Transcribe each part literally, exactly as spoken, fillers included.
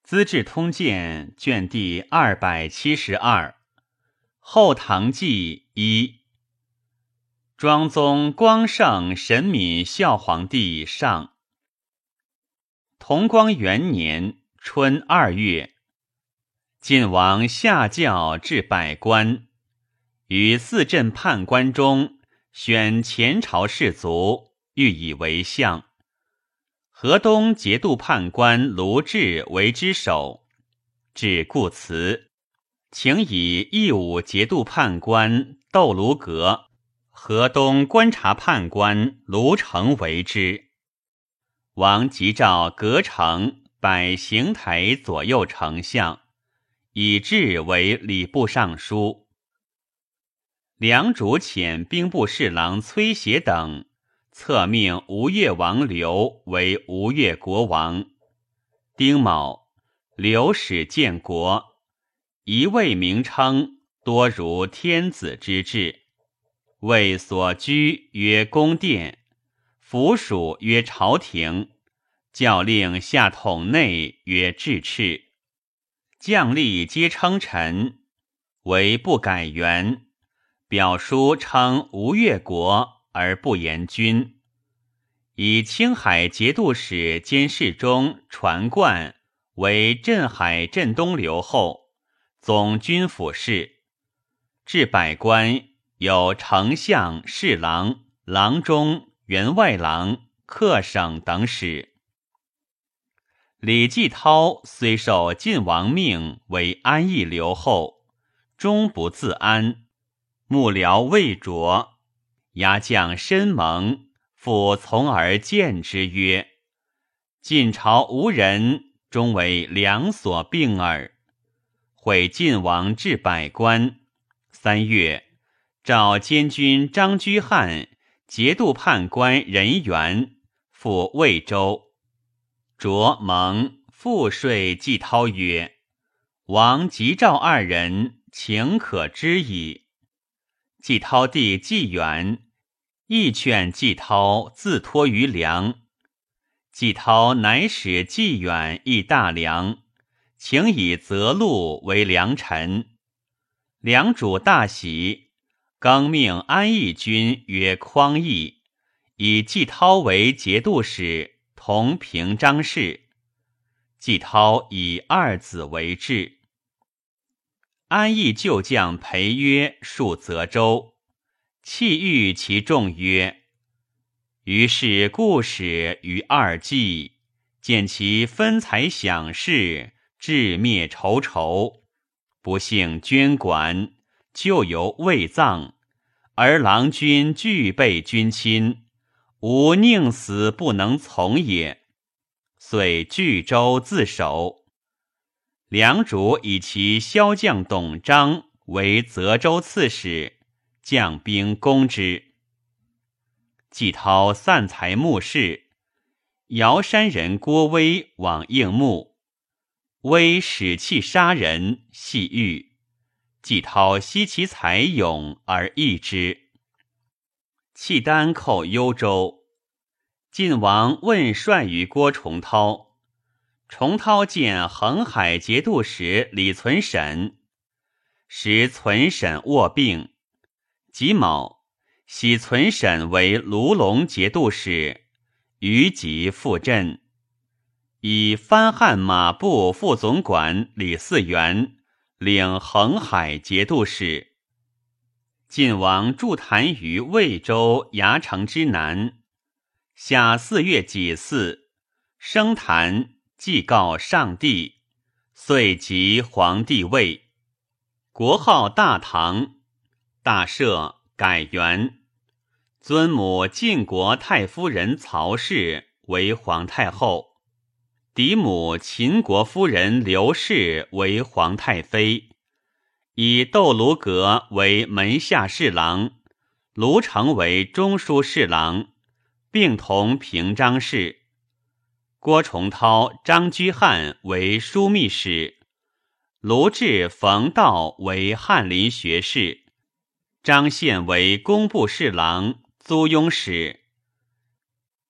资治通鉴》卷第二百七十二，《后唐纪》一。庄宗光圣神敏孝皇帝上。同光元年春二月，晋王下轿至百官，于四镇判官中选前朝士族，欲以为相。河东节度判官卢志为之首，至故辞，请以义武节度判官窦卢阁、河东观察判官卢成为之。王即召阁丞百行台左右丞相，以志为礼部尚书。梁主遣兵部侍郎崔协等册命吴越王刘为吴越国王。丁卯，刘使建国，一位名称多如天子之制，为所居曰宫殿，府属曰朝廷，教令下统内曰制敕，将吏皆称臣，唯不改元。表书称吴越国而不言君，以青海节度使兼侍中传贯为镇海镇东留后，总军府事。至百官有丞相、侍郎、郎中、员外郎、客省等使。李继涛虽受晋王命为安邑留后，终不自安，幕僚魏卓，牙将申蒙复从而谏之曰：晋朝无人，终为良所并耳。毁晋王至百官。三月，召监军张居翰、节度判官任元赴魏州。卓蒙复说季涛曰：王即召二人，情可知矣。季涛弟季远亦劝季涛自托于梁。季涛乃使季远议大梁，请以泽禄为良臣。梁主大喜，更命安邑君曰匡义，以季涛为节度使，同平章事。季涛以二子为质。安邑旧将裴约戍泽州，弃谕其众曰：于是故使于二季，见其分财享事，致灭仇仇，不幸捐管，就由未葬，而郎君俱备君亲，吾宁死不能从也，遂据州自守。梁主以其骁将董璋为泽州刺史，将兵攻之。季涛散财募士，瑶山人郭威往应募，威使气杀人，系狱。季涛惜其才勇而易之。契丹寇幽州，晋王问帅于郭崇韬。崇韬见恒海节度使李存审，时存审卧病。己卯，徙存审为卢龙节度使，于吉复镇。以番汉马步副总管李嗣源领恒海节度使。晋王筑坛于魏州牙城之南。夏四月己巳，升坛，祭告上帝，遂即皇帝位。国号大唐，大赦，改元。尊母晋国太夫人曹氏为皇太后，嫡母秦国夫人刘氏为皇太妃，以窦卢阁为门下侍郎，卢成为中书侍郎，并同平章事。郭崇韬、张居翰为枢密使，卢志、冯道为翰林学士，张宪为工部侍郎、租庸使。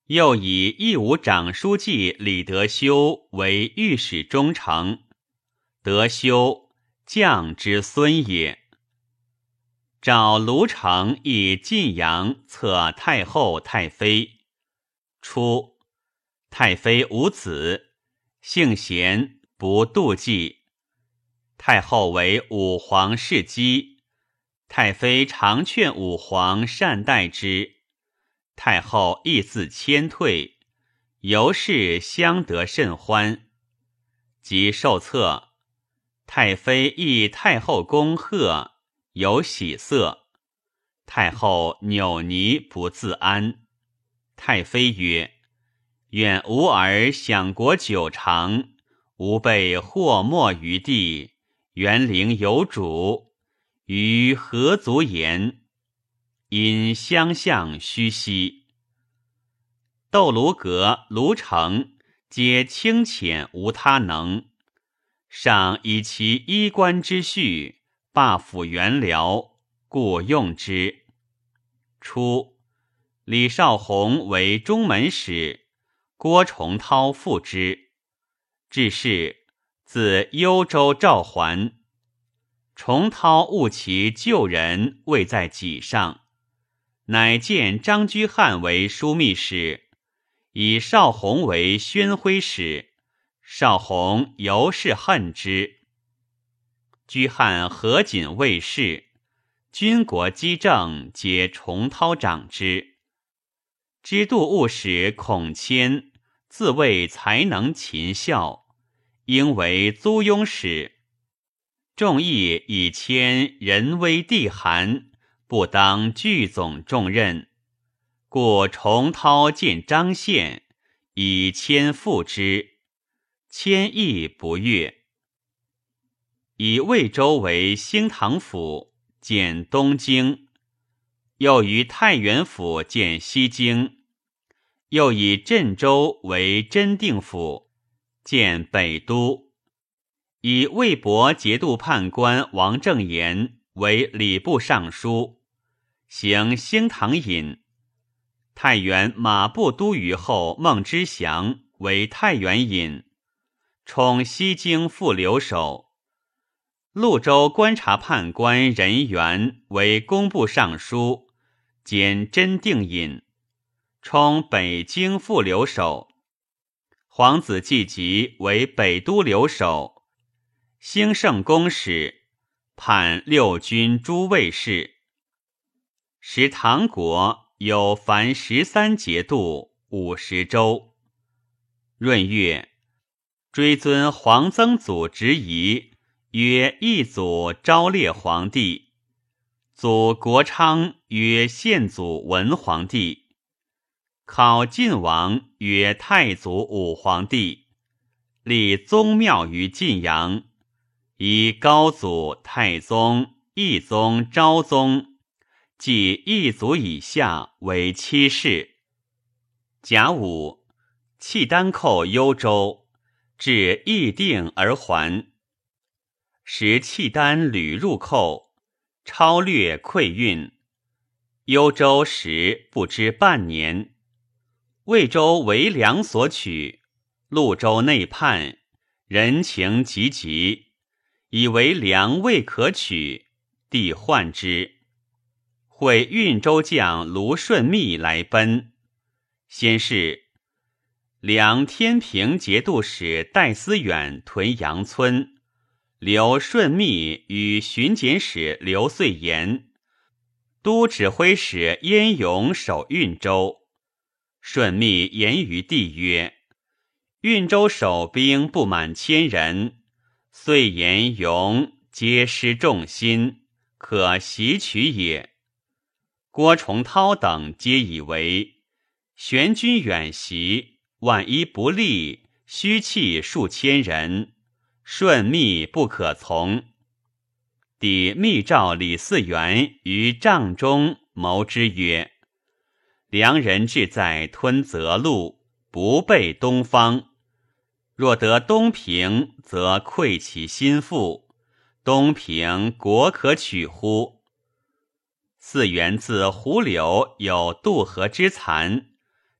又以义武长书记李德修为御史中丞。德修，将之孙也。召卢成以晋阳策太后太妃。初，太妃无子，性贤，不妒忌。太后为武皇侍姬，太妃常劝武皇善待之，太后亦自谦退，由是相得甚欢。及受册，太妃亦太后恭贺，有喜色。太后扭捏不自安。太妃曰：愿吾儿享国久长，吾辈祸没于地，园陵有主，于何足言？因相向虚息。窦卢阁、卢成皆清浅无他能，上以其衣冠之序罢辅元僚，故用之。初，李少弘为中门使，郭崇韬复之。至是，自幽州召还。崇韬误其旧人未在己上，乃见张居翰为枢密使，以少弘为宣徽使，少弘由是恨之。居翰何谨卫士，军国机政皆崇韬掌之。知度务使孔谦自谓才能勤孝，应为租庸使。众议以谦人微地寒，不当聚总重任，故崇韬见张宪，以谦复之，谦亦不悦。以魏州为兴唐府，建东京，又于太原府建西京，又以镇州为真定府，建北都。以魏博节度判官王正言为礼部尚书，行兴唐尹。太原马步都虞候孟知祥为太原尹，充西京副留守。潞州观察判官任元为工部尚书，兼真定尹，充北京副留守。皇子季吉为北都留守，兴圣公使，判六军诸卫事。时唐国有凡十三节度，五十州。闰月，追尊皇曾祖直仪，曰义祖昭烈皇帝，祖国昌曰宪祖文皇帝，考晋王曰太祖武皇帝，立宗庙于晋阳，以高祖、太宗、懿宗、昭宗即一族以下为七世。甲午，契丹寇幽州，至议定而还。时契丹屡入寇，超略溃运，幽州时不知半年。魏州为梁所取，潞州内叛，人情急急，以为梁未可取，帝患之。会运州将卢顺密来奔。先是，梁天平节度使戴思远屯阳村，留顺密与巡检使刘遂言、都指挥使燕勇守运州。顺密言于帝曰：运州守兵不满千人，遂言勇皆失众心，可袭取也。郭崇韬等皆以为玄军远袭，万一不利，虚弃数千人，顺密不可从。帝密召李嗣源于帐中谋之曰：梁人志在吞泽路，不备东方，若得东平，则溃其心腹，东平国可取乎？嗣源自胡柳有渡河之残，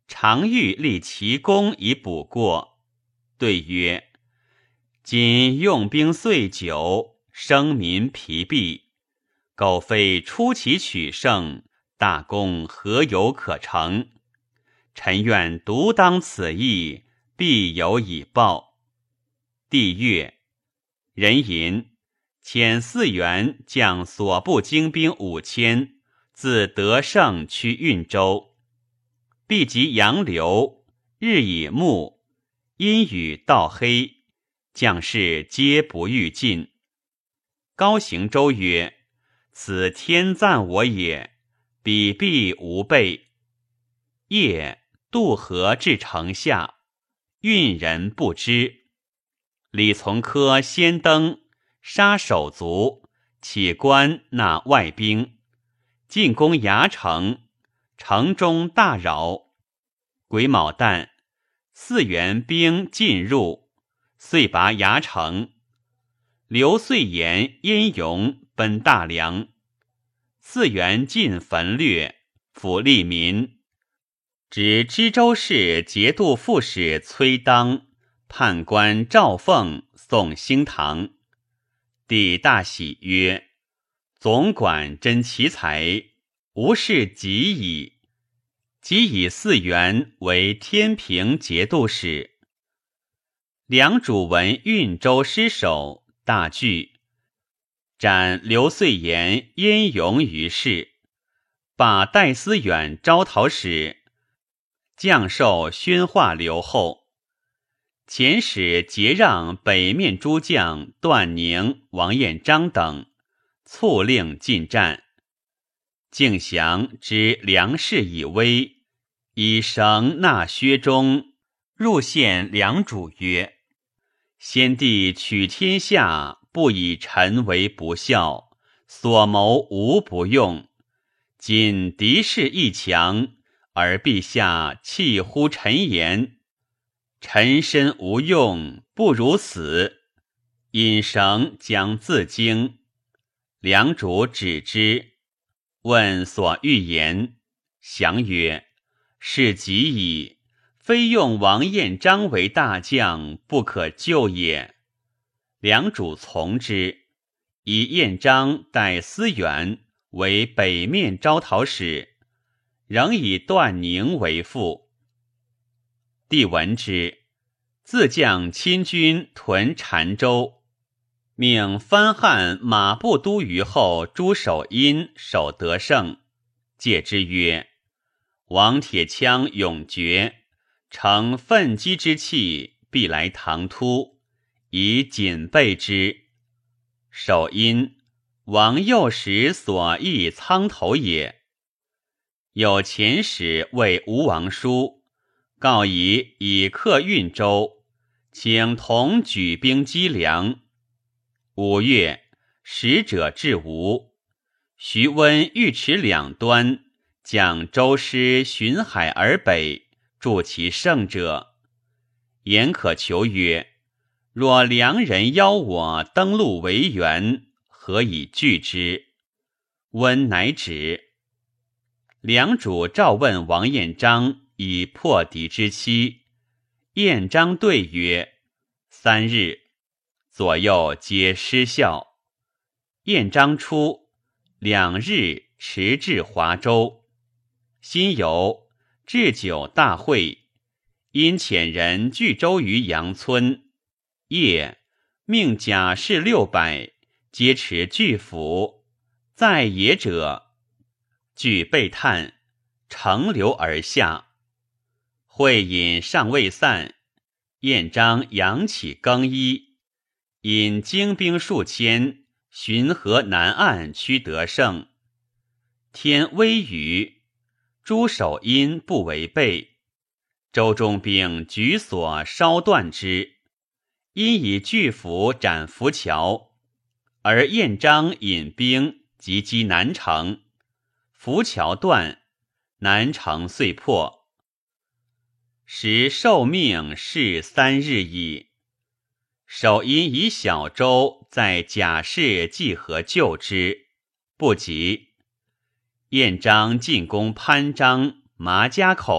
常欲立其功以补过。对曰：今用兵岁久，生民疲弊，苟非出奇取胜，大功何有可成？臣愿独当此役，必有以报。帝曰：人吟，遣四员将所部精兵五千，自德胜趋运州，必及杨流，日已暮，阴雨到黑，将士皆不欲进。高行周曰：此天赞我也，彼必无备。夜渡河至城下，运人不知。李从珂先登，杀手卒，起关纳外兵，进攻牙城，城中大扰。癸卯旦，四员兵进入，遂拔牙城。刘遂言、殷勇奔大梁，四员尽焚掠，俘利民。指知州事节度副使崔当、判官赵凤送兴堂。帝大喜曰：总管真奇才，无事及矣。即以四员为天平节度使。梁主闻运州失守，大惧，斩刘遂言、殷勇于市，罢戴思远招讨使，降授宣化留后。遣使节让北面诸将段宁、王彦章等，促令进战。敬降知梁氏已危，以绳纳薛中，入献梁主曰：先帝取天下，不以臣为不孝，所谋无不用。今敌势亦强，而陛下弃乎臣言，臣身无用，不如死。引绳将自京。梁主止之，问所欲言。降曰：事急矣，非用王彦章为大将，不可救也。梁主从之，以彦章代思远为北面招讨使，仍以段宁为副。帝闻之，自将亲军屯澶州，命藩汉马步都虞候朱守殷守德胜，戒之曰：王铁枪永绝，乘奋击之气，必来唐突，以谨备之。守殷，王幼时所忆苍头也。有遣使为吴王书，告以以克运州，请同举兵击梁。五月，使者至吴，徐温、尉迟两端，将周师巡海而北，助其胜者。言可求曰：若梁人邀我登陆为援，何以拒之？温乃止。梁主召问王彦章以破敌之期，彦章对曰：三日。左右皆失效。彦章出，两日驰至华州。辛酉，置酒大会，因遣人聚州于阳村。夜，命甲士六百，皆持巨斧，在野者举备炭，乘流而下。会饮尚未散，彦章扬起更衣，引精兵数千，巡河南岸趋德胜。天微雨，朱守殷不为备，周中兵举索烧断之，因以巨斧斩浮桥，而彦章引兵急击南城，浮桥断，南城遂破。时受命是三日矣。守殷以小舟在甲士济河救之，不及。彦章进攻潘璋、麻家口，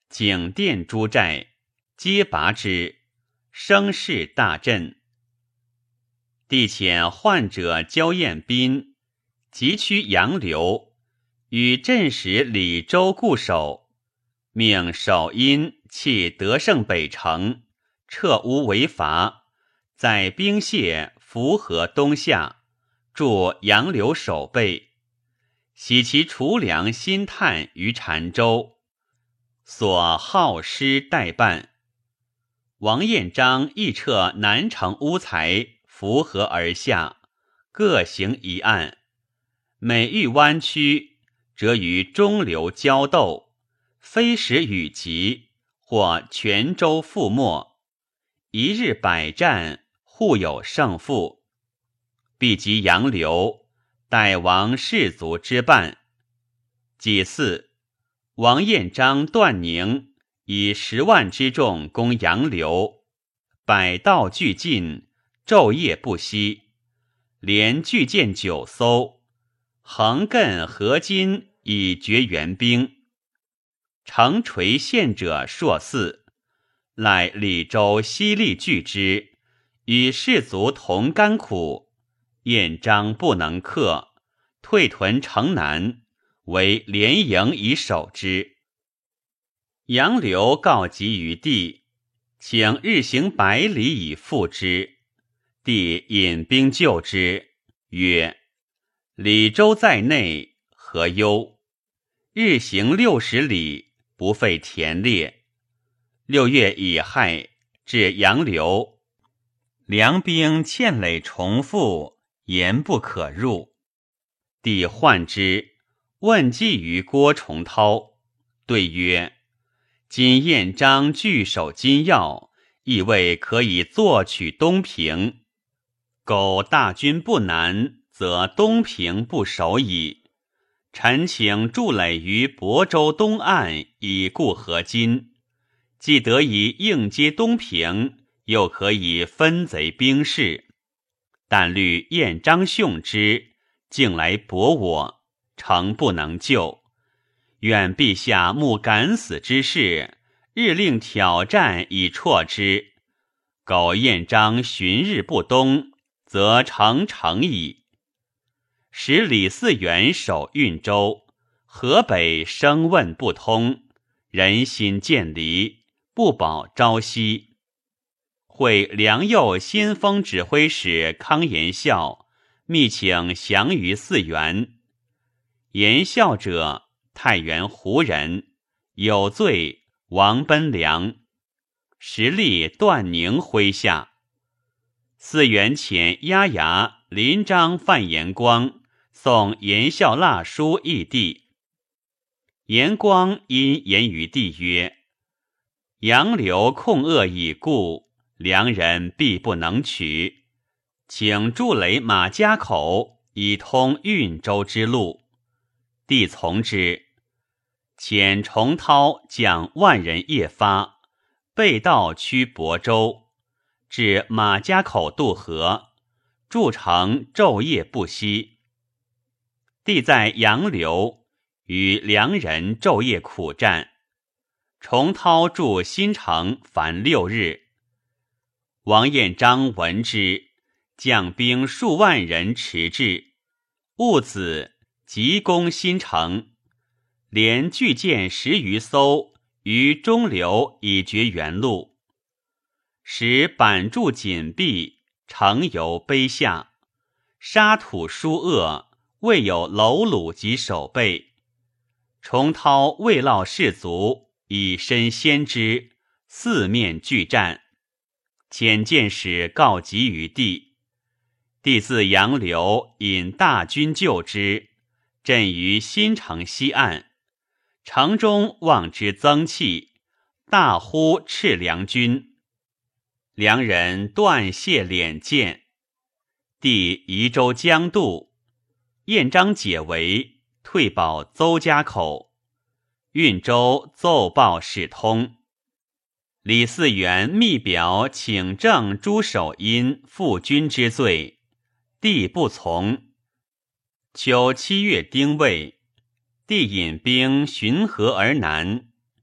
景殿诸寨皆拔之，声势大振。帝遣患者焦彦斌急趋杨刘，与镇使李周固守，命守阴弃德胜北城，撤屋为伐，在兵械涪河东下，驻杨柳守备，徙其储粮新炭于澶州，所好师代办。王彦章亦撤南城乌材涪河而下，各行一岸，每遇弯曲，则与中流交斗，非时雨急，或泉州覆没，一日百战，互有胜负。必及杨刘，待王士卒之半。己巳，王彦章、段宁以十万之众攻杨刘，百道俱进，昼夜不息，连巨舰九艘，横亘河津以绝援兵。城垂陷者数四，赖李州犀利拒之，与士卒同甘苦，彦章不能克，退屯城南，为连营以守之。杨刘告急于帝，请日行百里以复之。帝引兵救之，曰：李州在内，何忧？日行六十里，不费田猎。六月乙亥，至杨刘，梁兵堑垒重复，言不可入。帝患之，问计于郭崇韬，对曰：今彦章据守金要，亦未可以坐取东平。苟大军不南，则东平不守矣。臣请筑垒于亳州东岸，以固河津，既得以应接东平，又可以分贼兵士。但虑彦章凶之，竟来搏我，诚不能救。愿陛下慕敢死之事，日令挑战以挫之。苟彦章旬日不东，则成城矣。使李嗣源守运州，河北声问不通，人心渐离，不保朝夕。会梁右先锋指挥使康延孝密请降于嗣源。延孝者，太原胡人，有罪，王奔梁，时立段宁麾下。嗣源遣押牙临章范延光送延孝蜡书诣帝。延光因言于帝曰：杨刘控恶已固，梁人必不能取，请筑垒马家口，以通运州之路。帝从之，遣重韬将万人夜发，背道趋亳州，至马家口渡河，筑城昼夜不息。帝在杨刘与梁人昼夜苦战，重韬筑新城凡六日。王彦章闻之，将兵数万人持至，戊子急攻新城，连巨舰十余艘于中流以绝原路，使板柱紧闭，城犹卑下，沙土疏恶，未有楼橹及守备。重韬未劳士卒，以身先之，四面拒战。遣剑使告急于帝，帝自杨刘引大军救之，阵于新城西岸。城中望之增气，大呼斥梁军。梁人断谢敛剑。帝移州江渡，彦章解围，退保邹家口。运州奏报使通。李嗣源密表请正朱守殷负君之罪，帝不从。秋七月丁未，帝引兵循河而南。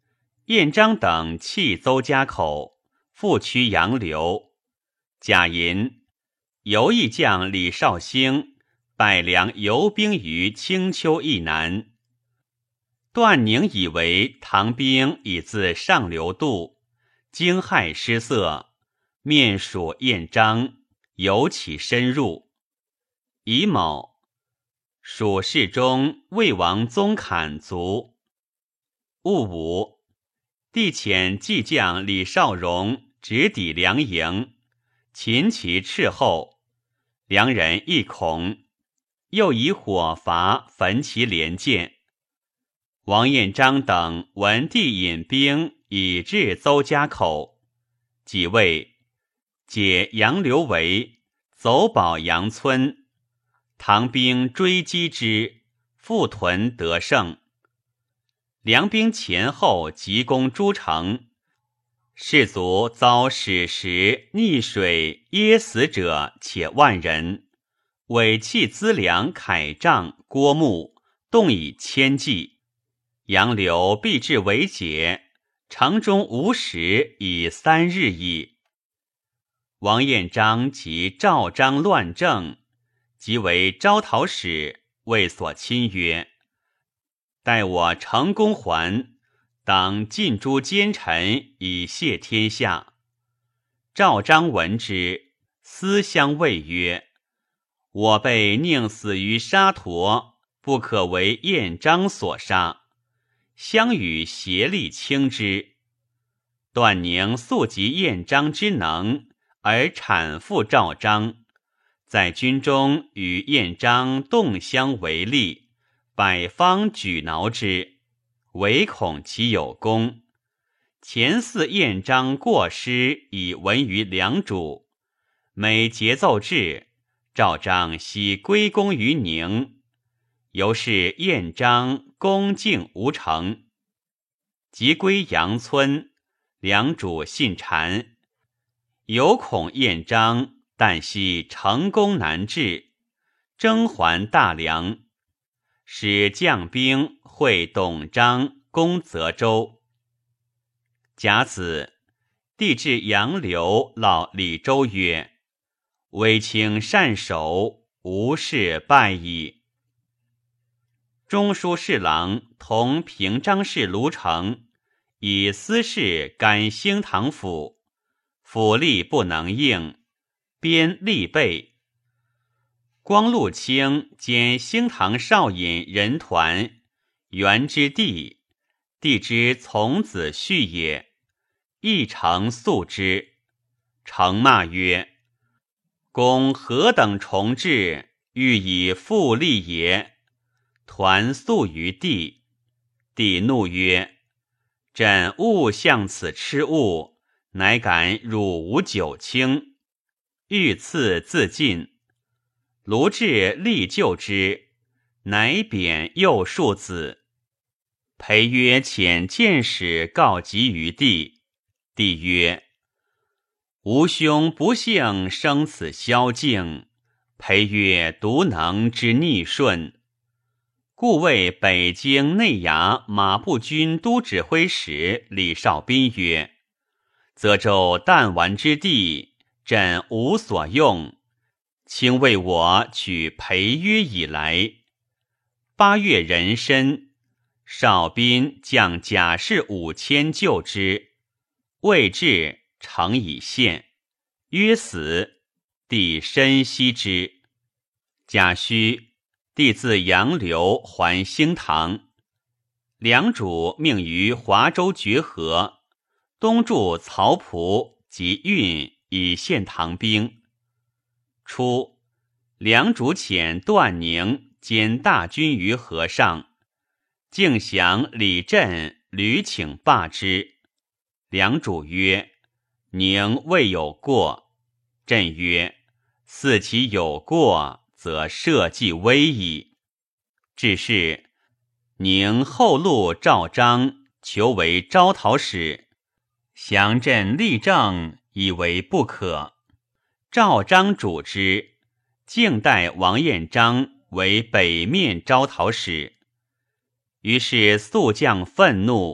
晏章等弃邹家口，复趋杨流。贾寅，游义将李绍兴百梁游兵于青丘一南。段宁以为唐兵已自上流渡，惊骇失色，面属晏章，由其深入。乙卯，蜀士中魏王宗侃卒。戊午，帝遣骑将李绍荣直抵梁营，擒其斥候，梁人一恐，又以火伐焚其连舰。王彦章等闻帝引兵已至邹家口，即位，解杨流围，走保杨村。唐兵追击之，复屯得胜。梁兵前后急攻诸城，士卒遭矢石溺水噎死者且万人，尾弃资粮铠杖郭木，动以千计。杨流必至为解，城中无食已三日矣。王彦章及赵章乱政，即为招讨使，谓所亲曰：待我成功还，当尽诛奸臣，以谢天下。赵章闻之，思相谓曰：我辈宁死于沙陀，不可为晏章所杀。相与协力轻之。段宁素及晏章之能，而产复赵章，在军中与晏章动相为力，百方举挠之，唯恐其有功。前似晏章过失以闻于梁主，每节奏至，赵章悉归功于宁，由是晏章恭敬无成。即归杨村，梁主信谗，有恐晏章但惜成功难至，征还大梁，使将兵会董璋攻泽州。甲子，帝至杨流老李周曰：威卿善守，无事败矣。中书侍郎同平章事卢成以私事赶兴唐府，府吏不能应，鞭吏备。光禄卿兼兴唐少尹人团，元之弟，帝之从子婿也，亦诚诉之。诚骂曰：公何等重治，欲以复吏也？团诉于帝，帝怒曰：朕勿向此吃物，乃敢辱吾九卿，欲赐自尽。卢志力救之，乃贬右庶子。裴约遣谏使告急于帝，帝曰：吾兄不幸生此宵境，裴约独能之逆顺。故谓北京内衙马步军都指挥使李绍斌曰：泽州弹丸之地，朕无所用，卿为我取裴约以来。八月壬申，绍斌将甲士五千救之，未至，城已陷，约死，帝深惜之。甲戌，帝自杨流还兴唐，梁主命于华州绝河，东筑曹蒲及运以陷唐兵。初，梁主遣段宁兼大军于河上，敬降李振屡请罢之。梁主曰：宁未有过。振曰：似其有过，则社稷危矣。至是，宁后录赵章，求为招讨使，降朕立政，以为不可。赵章主之，竟代王彦章为北面招讨使。于是宿将愤怒，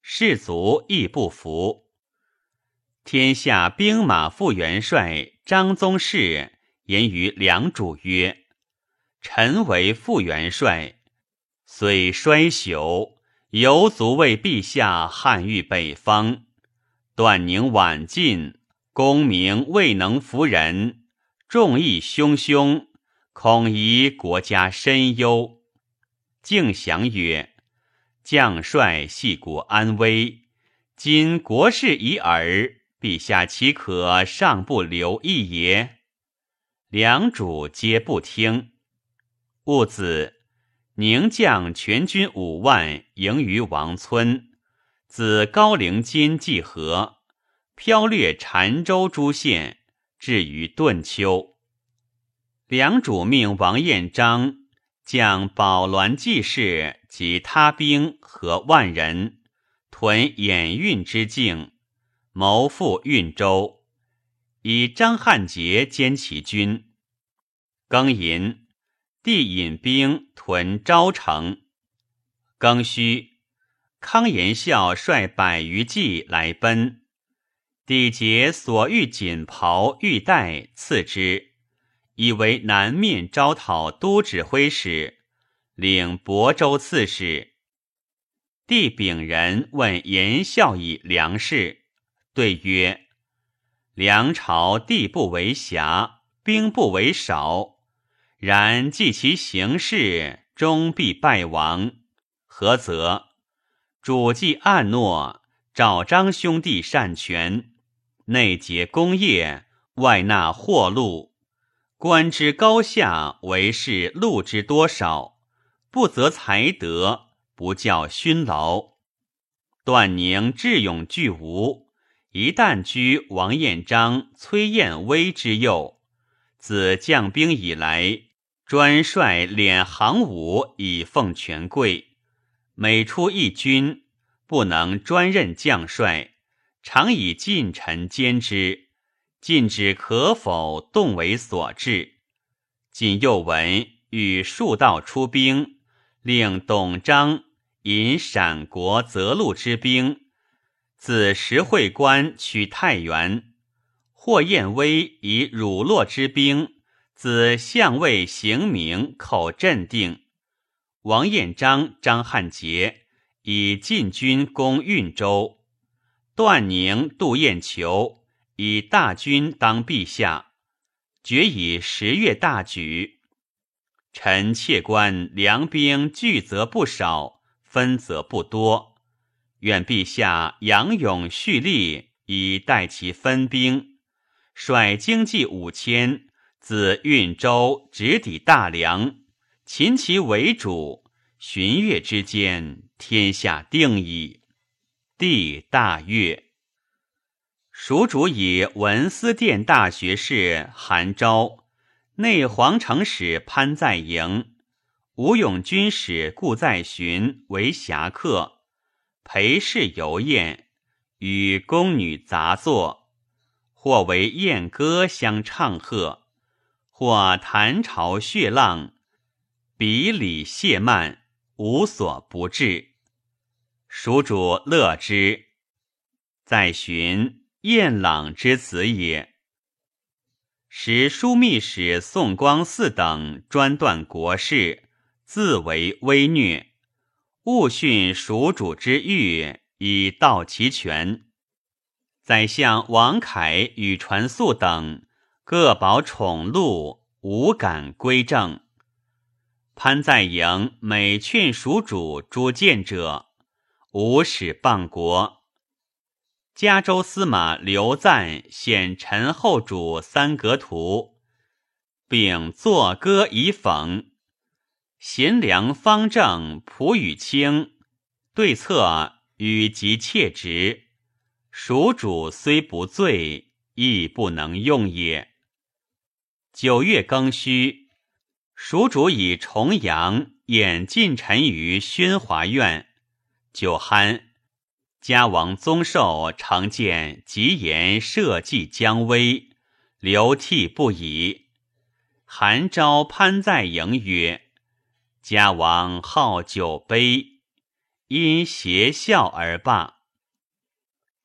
士卒亦不服。天下兵马副元帅张宗室言于梁主曰：臣为副元帅，虽衰朽，犹足为陛下汉御北方。段宁晚进，功名未能服人，众议汹汹，恐疑国家深忧。敬降曰：将帅系国安危，今国事已耳，陛下岂可尚不留意也？两主皆不听。戊子，宁将全军五万迎于王村，自高陵津济河，飘掠澶州诸县，至于顿丘。梁主命王彦章将宝鸾骑士及他兵合万人，屯兖运之境，谋复运州，以张汉节兼其军。庚寅，帝引兵屯昭城。庚戌，康延孝率百余骑来奔，帝节所欲锦袍玉带赐之，以为南面招讨都指挥使，领亳州刺史。帝禀人问延孝以粮食，对曰：梁朝地不为狭，兵不为少，然计其行事，终必败亡。何则？主计暗诺，赵张兄弟擅权，内结功业，外纳货禄，官之高下，为是禄之多少，不择才德，不教勋劳。段宁智勇俱无，一旦居王彦章、崔彦威之右，自将兵以来，专率敛行伍以奉权贵，每出一军，不能专任将帅，常以近臣监之，禁止可否动为所制。今又闻与数道出兵，令董璋引陕国泽路之兵，自石会关取太原；霍彦威以汝洛之兵，自相位行名寇镇定。王彦章、张汉节以进军攻运州，段宁、杜彦求以大军当陛下，决以十月大举。臣窃观梁兵聚则不少，分则不多，愿陛下扬勇蓄力，以待其分兵，率精骑五千，自运州直抵大梁，擒其为主，旬月之间，天下定矣。帝大悦。蜀主以文思殿大学士韩昭、内皇城使潘在营、吴永军使顾在寻为侠客，陪侍游宴，与宫女杂作，或为宴歌相唱和，或谈朝血浪，比礼谢慢，无所不至。蜀主乐之。在寻，晏朗之子也。时枢密使宋光嗣等专断国事，自为威虐，误训蜀主之欲，以盗其权。宰相王恺、与传肃等各保宠禄，无敢归正。潘在营每劝蜀主诛谏者，无使谤国。嘉州司马刘赞献陈后主三阁图，并作歌以讽。贤良方正，朴与清，对策与极切直。蜀主虽不罪，亦不能用也。九月庚戌，蜀主以重阳宴近臣于宣华苑，酒酣。嘉王宗寿常见极言社稷将危，流涕不已。韩昭、潘在营曰：嘉王好酒杯，因邪笑而罢。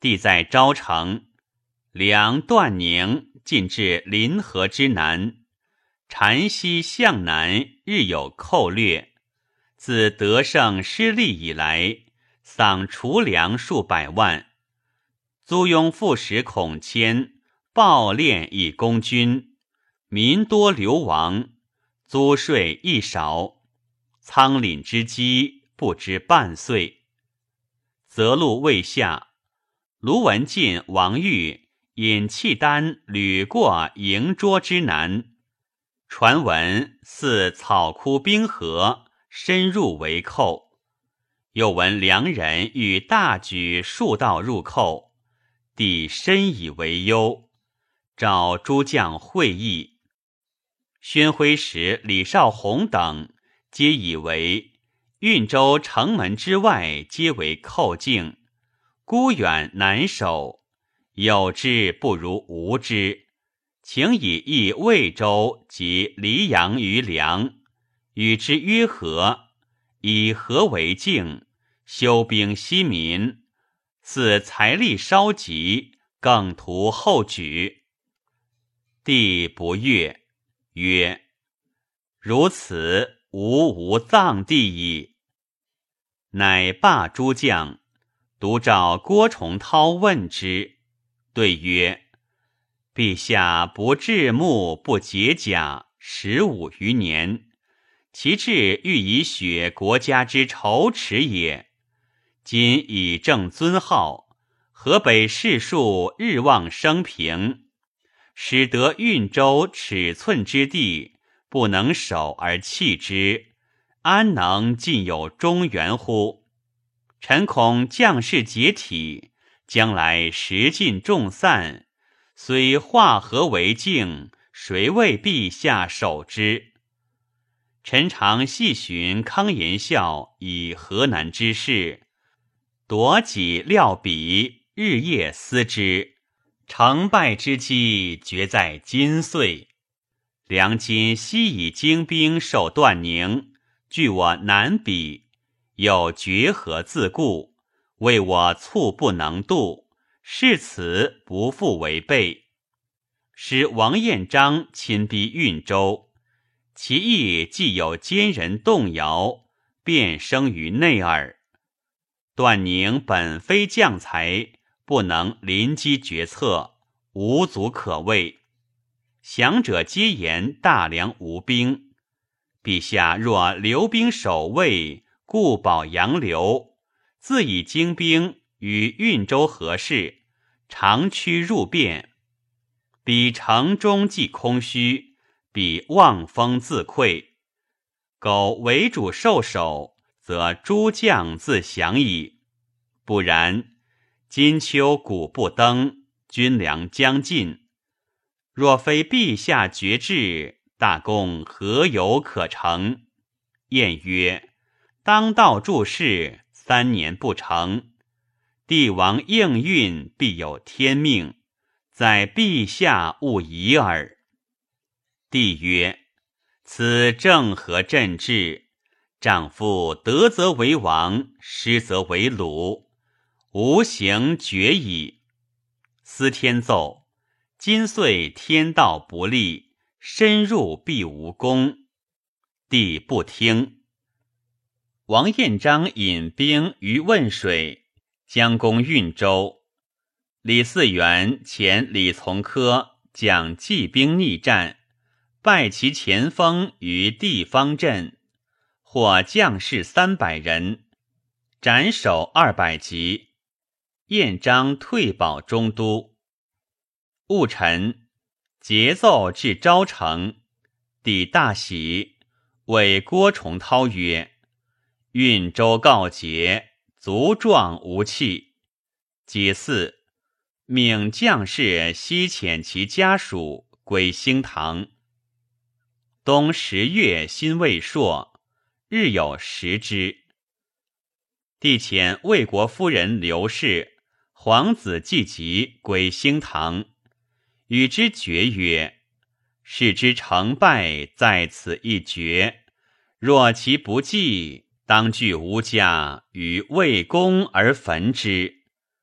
帝在昭城，梁段宁进至临河之南，禅西向南日有寇掠。自得胜失利以来，丧储粮数百万，租庸副使孔谦暴敛以攻军，民多流亡，租税亦少，仓廪之积不知半岁。则路未下，卢文进、王玉引契丹屡过营涿之南，传闻似草枯冰河，深入为寇。又闻梁人欲大举数道入寇，帝深以为忧，召诸将会议。宣徽使李少红等皆以为运州城门之外皆为寇境，孤远难守，有之不如无之，请以易魏州及黎阳于梁，与之约和，以和为境，休兵息民，似财力稍急，更图后举。帝不悦，曰：如此，吾无葬地矣。乃罢诸将，独召郭崇韬问之，对曰：陛下不治木不解甲，十五余年，其志欲以雪国家之仇耻也。今以正尊号，河北士庶日望升平，使得运州尺寸之地，不能守而弃之，安能尽有中原乎？臣恐将士解体，将来时尽众散，虽化河为境，谁为陛下守之？臣常细寻康延孝以河南之事，夺己料彼，日夜思之，成败之机决在今岁。梁今悉以精兵受段宁，据我南鄙，又决河自固，为我猝不能渡，是此不复为备。使王彦章亲逼运州，其意既有奸人动摇，便生于内耳。段宁本非将才，不能临机决策，无足可畏。降者皆言大梁无兵，陛下若留兵守卫，固保杨流，自以精兵与运州合事，长驱入汴，彼城中既空虚，彼望风自溃。苟为主受守，则诸将自降矣。不然，今秋谷不登，军粮将尽，若非陛下决志，大功何有可成？晏曰：当道注事，三年不成，帝王应运必有天命，在陛下勿疑耳。帝曰：此正合朕志，丈夫得则为王，失则为虏，吾行决矣。司天奏：今岁天道不利，深入必无功。帝不听。王彦章引兵于汶水，将攻运州。李嗣源遣李从珂将骑兵逆战，败其前锋于地方镇，获将士三百人，斩首二百级。彦章退保中都。戊辰，节奏至昭城，帝大喜，谓郭崇韬曰：运州告捷，卒壮无弃。己巳，命将士悉遣其家属归兴堂。冬十月辛未朔，日有食之。帝遣魏国夫人刘氏、皇子季吉归兴堂，与之决曰：事之成败在此一决，若其不济，当据吾家于魏宫而焚之。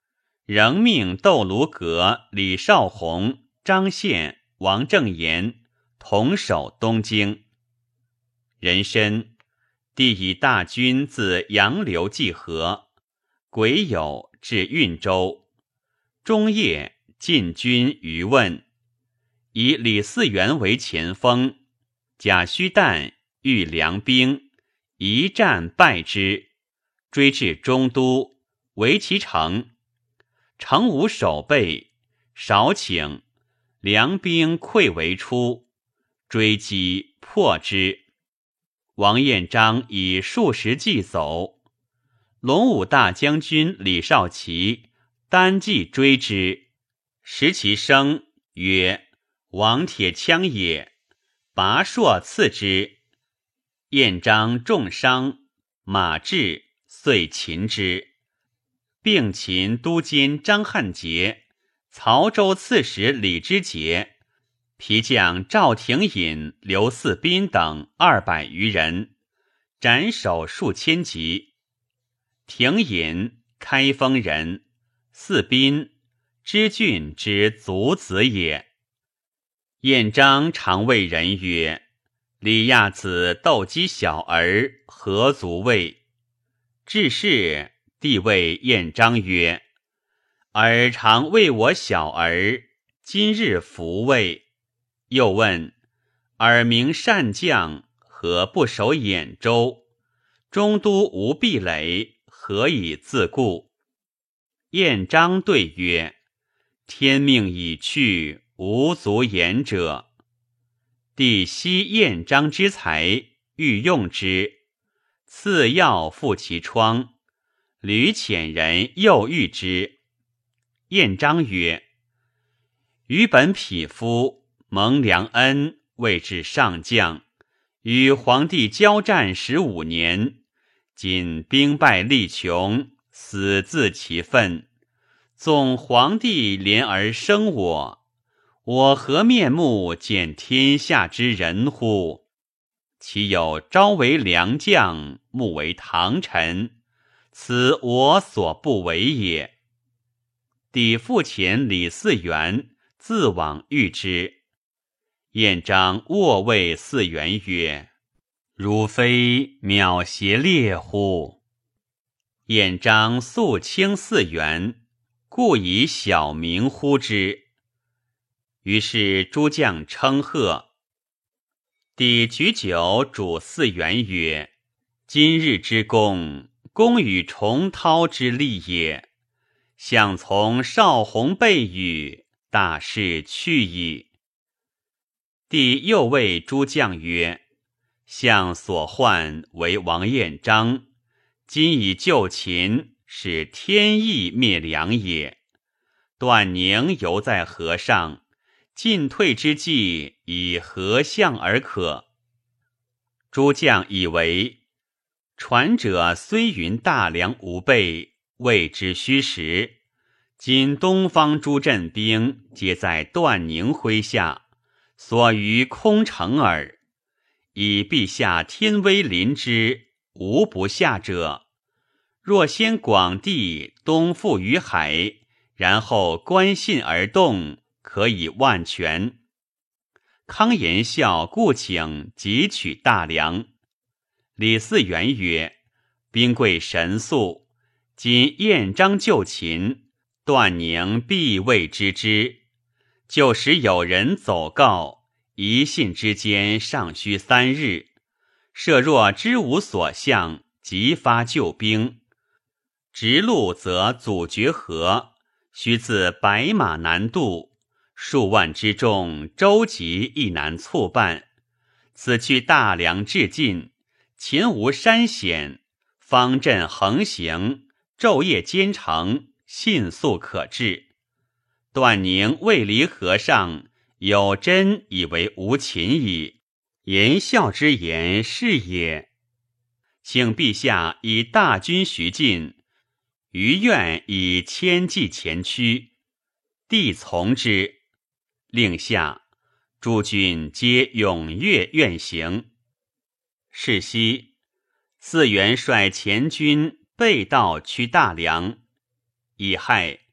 仍命窦卢阁、李少红、张宪、王正言同守东京。壬申，帝以大军自杨流济河，癸酉至运州，中夜进军于汶，以李嗣源为前锋，贾胥旦欲梁兵，一战败之，追至中都，围其城。城无守备，少顷，梁兵溃围出，追击破之。王彦章以数十骑走，龙武大将军李少奇单骑追之，识其声，曰：王铁枪也。拔槊刺之，彦章重伤，马至，遂擒之。并擒都监张汉节、曹州刺史李之节、皮将赵廷隐、刘四斌等二百余人，斩首数千级。廷隐，开封人，四斌，知郡之族子也。彦章常谓人曰：李亚子斗击小儿，何足畏？至是，帝谓彦章曰：尔常为我小儿，今日弗畏。又问：尔名善将，何不守兖州？中都无壁垒，何以自固？彦章对曰：天命已去，无足言者。帝惜彦章之才，欲用之，赐药复其疮。吕浅人又遇之。彦章曰：余本匹夫，蒙良恩，位至上将，与皇帝交战十五年，今兵败力穷，死自其分。纵皇帝怜而生我，我何面目见天下之人乎？其有朝为良将，暮为唐臣，此我所不为也。帝复遣李嗣源自往遇之。彦章卧谓嗣源曰：汝非渺邪猎乎？彦章素轻嗣源，故以小名呼之。于是诸将称贺。帝举酒主嗣源曰：今日之功，功与重涛之利也。相从少弘备语，大势去矣。帝又谓诸将曰：相所患为王彦章，今以救秦，使天意灭梁也。段宁犹在河上，进退之计，以何相而可？诸将以为，传者虽云大梁无备，谓之虚实。今东方诸镇兵皆在段宁麾下，所余空城耳。以陛下天威临之，无不下者。若先广地，东赴于海，然后观信而动，可以万全。康延孝故请急取大梁。李嗣源曰：兵贵神速，今彦章救秦，段宁必未知之。就使有人走告，一信之间尚需三日。设若知无所向，即发救兵。直路则阻绝河，须自白马南渡，数万之众，舟楫亦难促办。此去大梁至尽，秦无山险，方阵横行，昼夜兼程，迅速可至。段宁未离河上，有真以为无秦矣。言孝之言是也。请陛下以大军徐进，余愿以千骑前驱。帝从之，令下诸军皆踊跃愿行。是夕，嗣源率前军背道趋大梁。乙亥，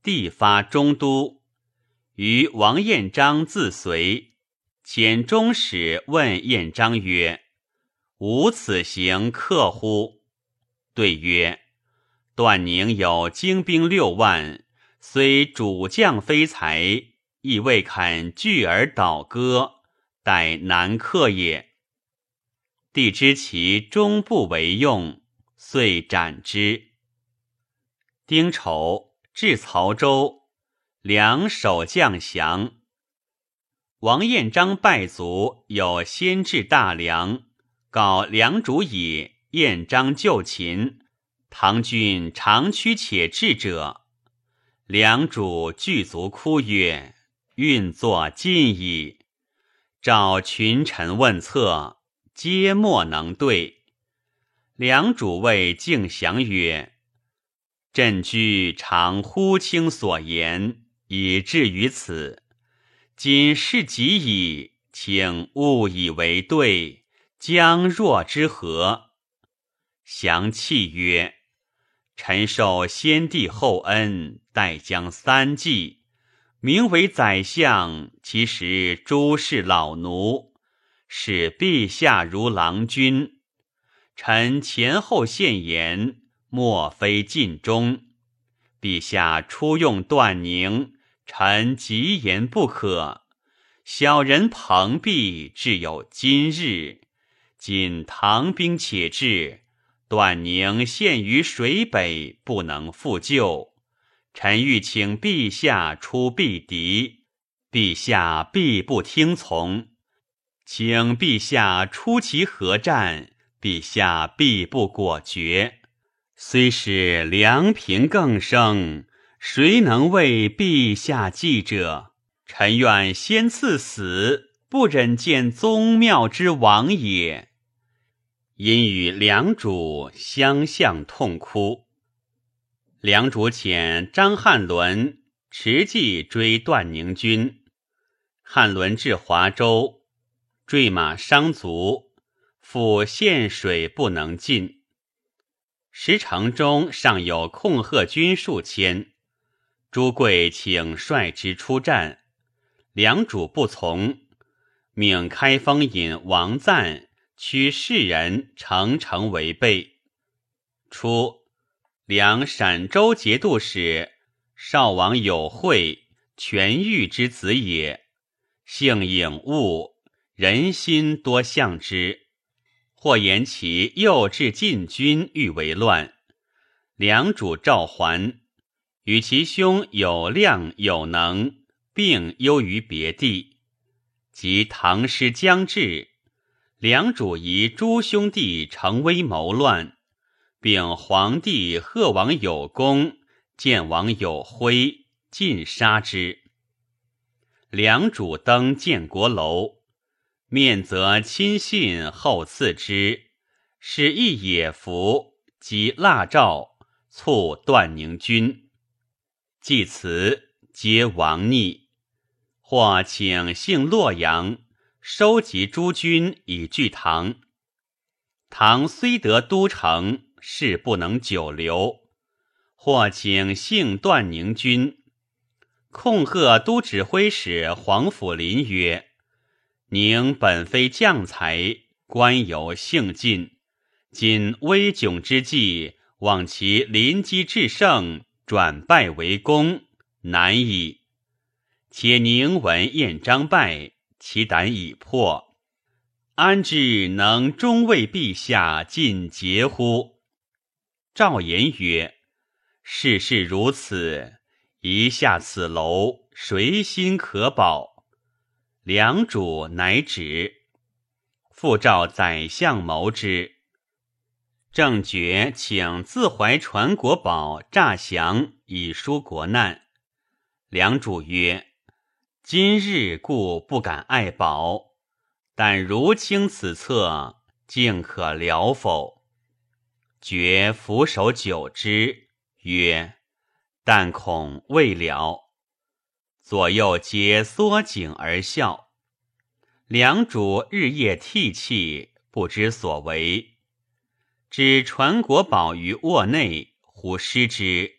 帝发中都，于王彦章自随，遣中使问彦章曰：吾此行克乎？对曰：段宁有精兵六万，虽主将非才，亦未肯拒而倒戈，待难克也。帝知其终不为用，遂斩之。丁丑，至曹州，梁守将降。王彦章败卒，有先至大梁，告梁主以彦章就擒，唐军长驱且至者。梁主具足哭曰：运作尽矣。召群臣问策，皆莫能对。梁主谓敬降曰：朕居常忽轻所言，以至于此。今事急矣，请勿以为对，将若之何？降泣曰：臣受先帝厚恩，待将三季，名为宰相，其实诸事老奴，使陛下如郎君。臣前后谏言，莫非尽忠。陛下初用段宁，臣极言不可。小人蓬荜，至有今日。今唐兵且至，段宁陷于水北，不能复救。臣欲请陛下出避敌，陛下必不听从。请陛下出其合战，陛下必不果决。虽使梁平更生，谁能为陛下计者？臣愿先赐死，不忍见宗庙之亡也。因与梁主相向痛哭。梁主遣张翰伦持骑追段宁军，翰伦至华州，坠马伤足，复陷水不能进。时城中尚有控贺军数千，朱贵请率之出战，梁主不从，命开封尹王赞驱士人乘城为备。初，梁陕州节度使少王有惠，全豫之子也，性颖悟，人心多向之。或言其幼至禁军，欲为乱。梁主召还，与其兄有量有能，并优于别地。及唐师将至，梁主疑诸兄弟成威谋乱，并皇帝贺王有功，建王有徽，尽杀之。梁主登建国楼，面则亲信，后赐之，使一野服，及腊诏，促段宁军。既辞，皆亡逆。或请幸洛阳，收集诸军以拒唐。唐虽得都城，事不能久留。或请幸段宁军。控贺都指挥使黄甫麟曰：宁本非将才，官有幸尽，今危窘之际，望其临机制胜，转败为功，难矣。且宁闻彦章败，其胆已破，安知能终为陛下尽节乎？赵言曰：事事如此，一下此楼，谁心可保？梁主乃止。复召宰相谋之。正觉请自怀传国宝诈降，以纾国难。梁主曰：今日故不敢爱宝，但如倾此策，竟可了否？觉俯首久之，曰：但恐未了。左右皆缩颈而笑。梁主日夜涕泣，不知所为。知传国宝于卧内，忽失之，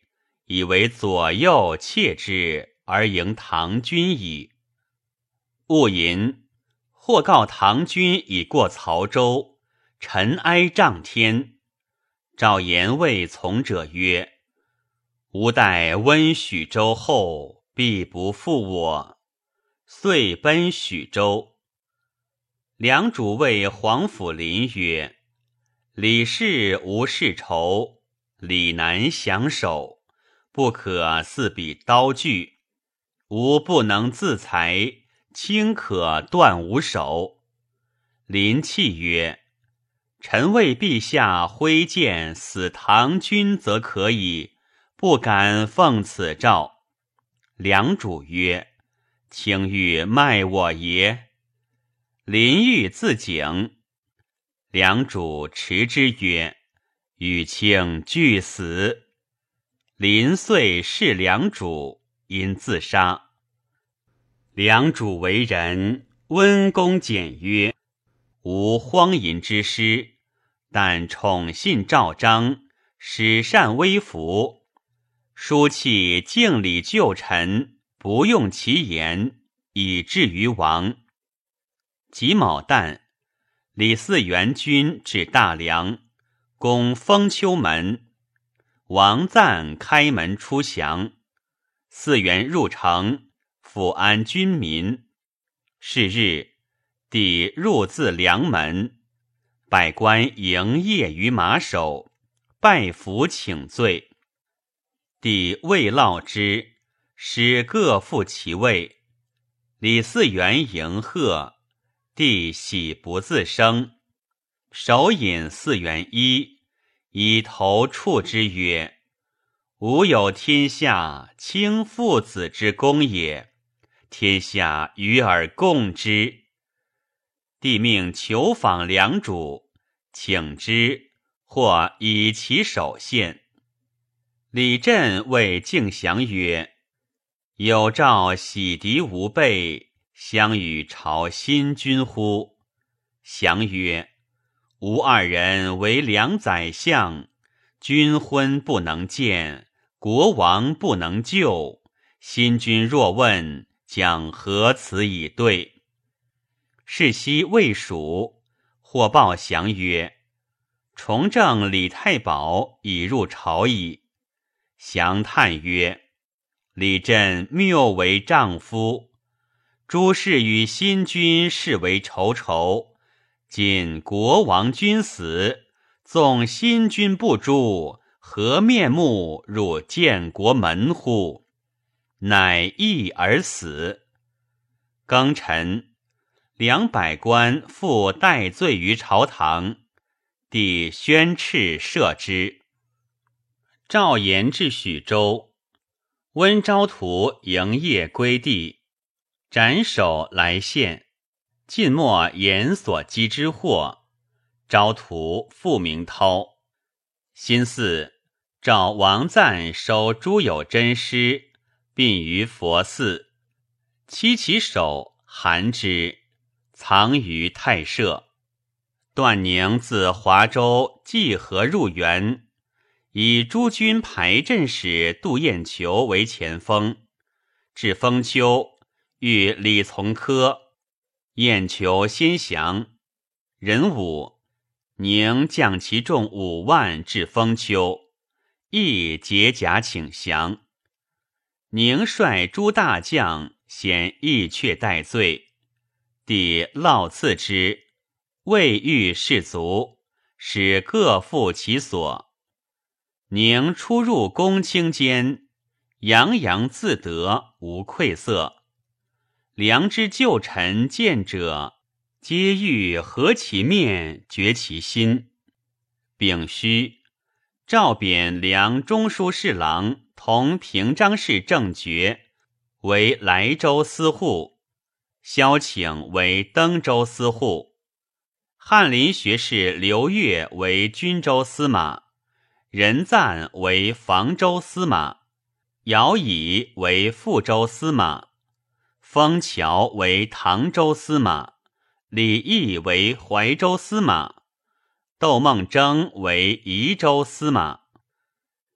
以为左右窃之而迎唐军矣。戊寅，或告唐军已过曹州，尘埃涨天。赵言谓从者曰：吾待温许州后，必不负我。遂奔许州。梁主谓黄甫林曰：李氏无世仇，李难降首，不可似彼刀具。吾不能自裁，卿可断吾手。林泣曰：臣为陛下挥剑死唐军则可以，不敢奉此诏。梁主曰：卿欲卖我耶？林欲自警。梁主持之曰：与卿俱死。林遂弑梁主，因自杀。梁主为人，温公简约，无荒淫之师，但宠信赵章，使善微服，书契敬礼旧臣，不用其言，以至于亡。己卯旦，李嗣源军至大梁，攻封丘门。王赞开门出降，嗣源入城，抚安军民。是日，帝入自梁门，百官迎谒于马首，拜服请罪。帝未劳之，使各复其位。李嗣源迎贺，帝喜不自生，手引嗣源衣，以头触之曰：吾有天下，卿父子之功也，天下与尔共之。帝命求访梁主，请之，或以其首献。李振谓敬降曰：有诏洗涤吾辈，相与朝新君乎？降曰：吾二人为两宰相，君婚不能见，国王不能救，新君若问，将何辞以对？是夕未蜀，或报降曰：崇正李太保已入朝矣。降叹曰：李振谬为丈夫，诸事与新君视为仇仇，今国王君死，纵新君不诛，何面目入建国门乎？乃义而死。庚辰，两百官复戴罪于朝堂，帝宣敕赦之。赵延至许州，温昭图营业归地，斩首来献，尽没延所积之货。昭图复名涛。辛巳，召王赞收诸有真师，并于佛寺，期其首，含之，藏于太舍。段宁自华州济河入园，以诸军排阵使杜彦求为前锋，至封丘，遇李从珂，彦求先降。壬午，宁将其众五万至封丘，亦解甲请降。宁率诸大将显义阙戴罪，帝烙赐之，未遇士卒，使各复其所。宁出入公卿间，洋洋自得，无愧色。梁之旧臣见者，皆欲合其面，绝其心。丙戌，诏贬梁中书侍郎同平章事正爵，为莱州司户，萧请为登州司户。翰林学士刘越为均州司马，任赞为房州司马，姚乙为富州司马，封乔为唐州司马，李毅为怀州司马，窦孟征为宜州司马。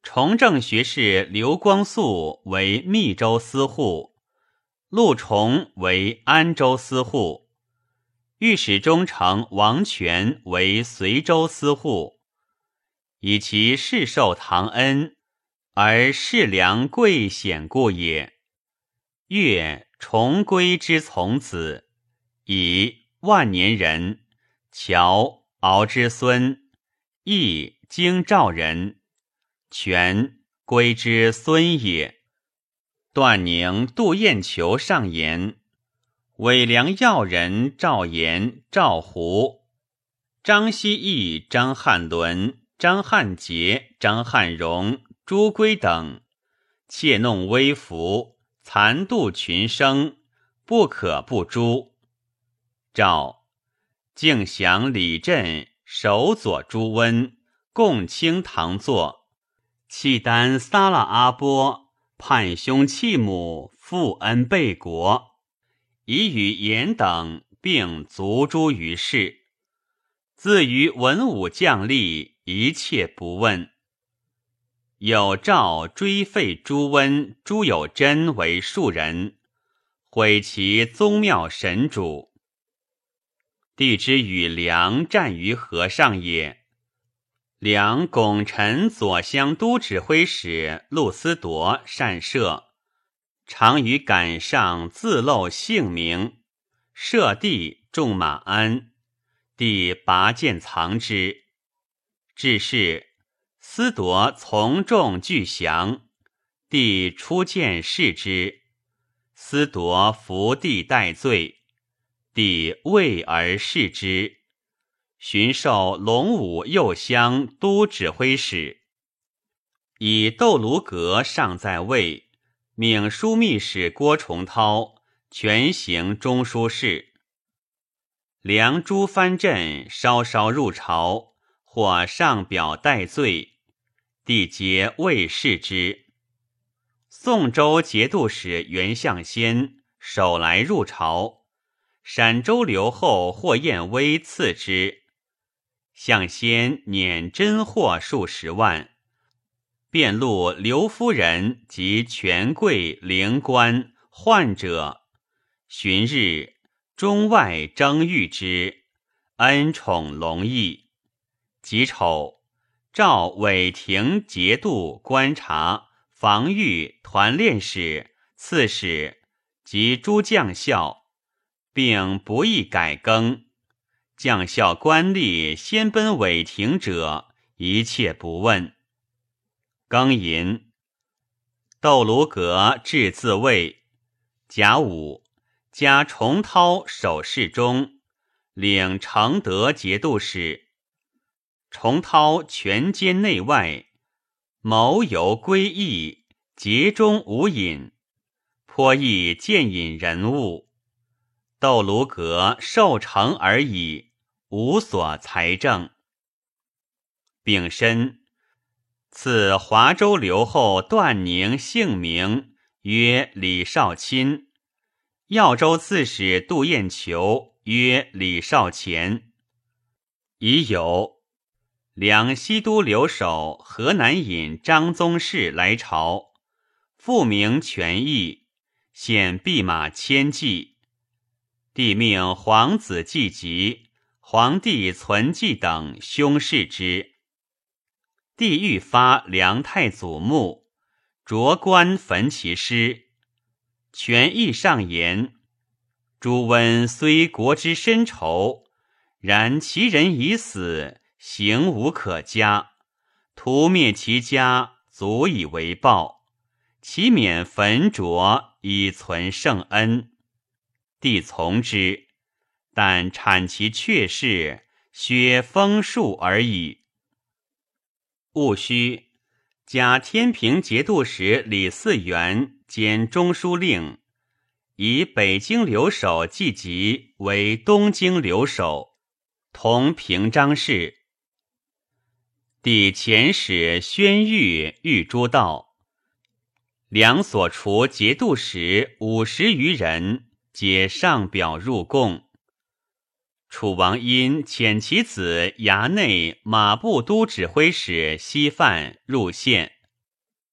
崇正学士刘光素为密州司户，陆崇为安州司户，御史中丞王权为随州司户。以其世受唐恩，而世良贵显故也。越重归之从子，以万年人，乔敖之孙，义京兆人，权归之孙也。段宁、杜彦求上言，伪良要人赵延、赵胡、张希义、张翰伦、张翰节、张翰荣、朱圭等，窃弄微服，残度群生，不可不诛。诏敬降李振、守佐朱温，共清堂坐，契丹撒拉阿波叛兄弃母，负恩背国，已与严等并族诛于世。自于文武将吏，一切不问。有诏追废朱温、朱有贞为庶人，毁其宗庙神主。帝之与梁战于河上也。梁拱臣左相都指挥使陆思铎善射，常于杆上自露姓名，射帝众马鞍，帝拔剑藏之。至是，思铎从众俱降，帝出剑视之，思铎伏地戴罪，帝畏而视之，寻授龙武右乡都指挥使。以窦卢阁尚在位，命枢密使郭崇韬全行中书事。梁朱藩镇稍稍入朝，或上表戴罪，帝皆未视之。宋州节度使袁象先首来入朝，陕州留后霍彦威赐之，象先碾真货数十万，遍录刘夫人及权贵灵官宦者，旬日中外争遇之，恩宠隆溢。己丑，诏委庭节度观察、防御、团练使、刺史及诸将校，并不议改更。将校官吏先奔委庭者，一切不问。庚寅，窦卢阁至自卫。甲午，加崇韬守侍中，领承德节度使。崇韬全兼内外，谋游归义，节中无隐，颇易见引人物。窦卢阁受成而已，无所财政。丙申，赐华州留后段宁姓名，曰李少钦；耀州刺史杜彦求，曰李少乾。已有梁西都留守河南尹张宗室来朝，复明权益，献弼马千骑。帝命皇子季吉、皇帝存纪等兄弑之。帝欲发梁太祖墓，着棺焚其尸。权益上言：朱温虽国之深仇，然其人已死，刑无可加，屠灭其家，足以为报，其免焚灼，以存圣恩。帝从之，但产其确事，削封数而已。戊戌，加天平节度使李嗣源兼中书令，以北京留守季吉为东京留守，同平章事。帝遣使宣谕谕诸道，梁所除节度使五十余人，皆上表入贡。楚王因遣其子衙内马步都指挥使西范入献，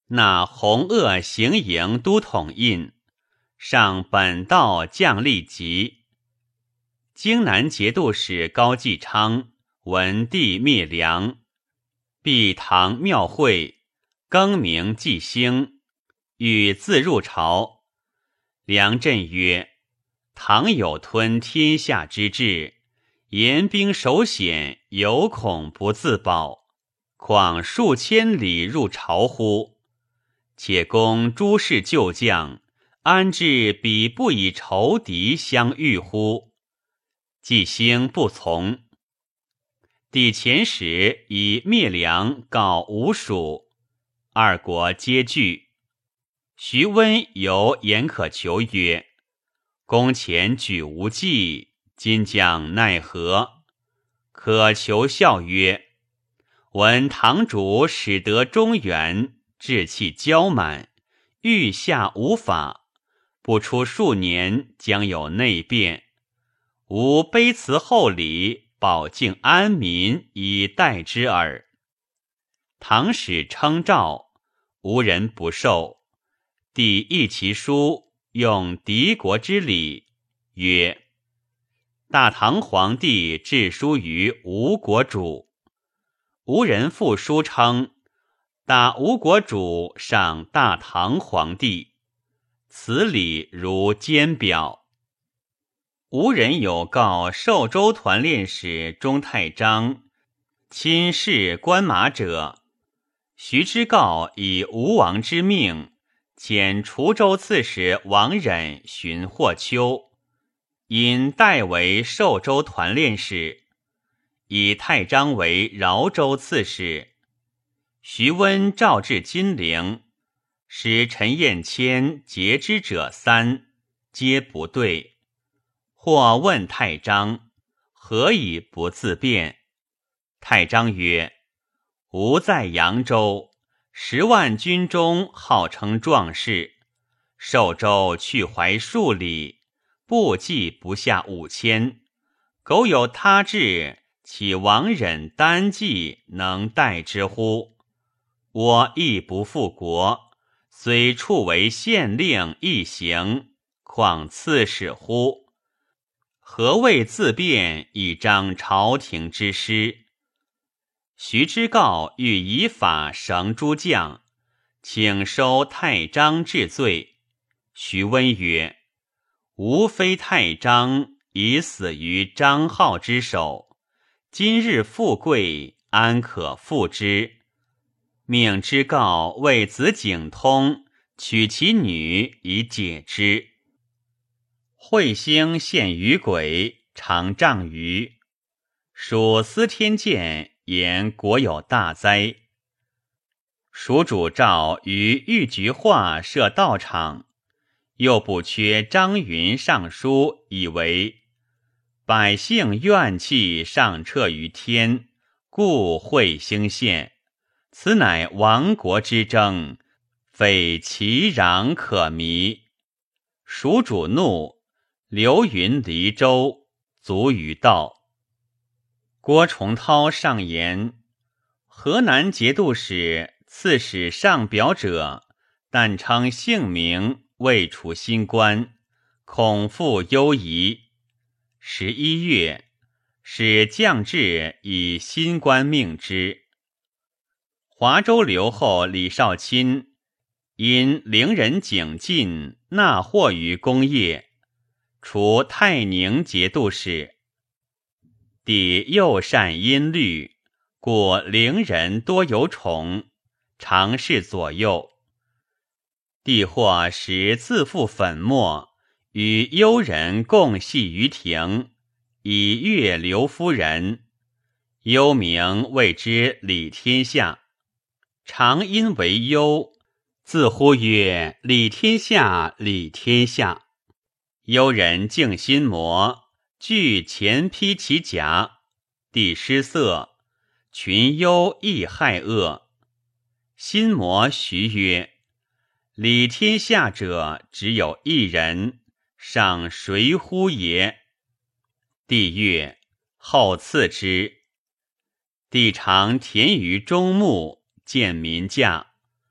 纳弘鄂行营都统印，上本道将吏籍。荆南节度使高继昌闻帝灭梁，避唐庙会，更名纪兴，欲自入朝。梁震曰：唐有吞天下之志，严兵守险，犹恐不自保，况数千里入朝乎？且攻诸事旧将，安至彼不以仇敌相遇乎？纪兴不从。帝遣使以灭梁告吴蜀，二国皆惧。徐温由言可求曰：公前举无计，今将奈何？可求笑曰：闻堂主始得中原，志气骄满，欲下无法，不出数年，将有内变。吾卑辞厚礼，保境安民，以待之耳。唐使称诏，无人不受。帝议其书，用敌国之礼，曰：大唐皇帝致书于吴国主。吴人复书称，大吴国主上大唐皇帝，此礼如监表。吴人有告寿州团练使钟太章亲视关马者，徐之诰以吴王之命，遣滁州刺史王忍寻霍丘，因代为寿州团练使，以太章为饶州刺史。徐温召至金陵，使陈彦谦截之者三，皆不对。或问太章，何以不自辩？太章曰：吾在扬州，十万军中号称壮士，寿州去淮数里，步骑不下五千，苟有他志，岂王忍单骑能待之乎？我亦不复国，虽处为县令一行，况刺史乎？何谓自辩以彰朝廷之师？徐之诰欲以法绳诸将，请收太章治罪。徐温曰：吾非太章，已死于张浩之手，今日富贵，安可复之？命之诰为子景通，娶其女以解之。彗星现于轨，长丈余。属司天监言国有大灾。蜀主诏于玉菊化设道场，又不缺张云上书，以为百姓怨气上彻于天，故彗星现。此乃亡国之争，非其壤可迷。蜀主怒，流云离州，卒于道。郭崇韬上言，河南节度使、刺史上表者，但称姓名，未除新官，恐复忧疑。十一月，使将至以新官命之。华州留后李少钦因陵人景进，纳获于功业，除泰宁节度使。帝又善音律，故陵人多有宠，常侍左右。帝或时自负粉末，与幽人共戏于庭，以悦刘夫人。幽名谓之李天下，常因为幽，自呼曰李天下，李天下。幽人敬心魔，具前披其甲，帝失色，群幽亦害恶。心魔徐曰：李天下者，只有一人，尚谁乎也？帝曰：后赐之。帝常田于中牧，见民驾。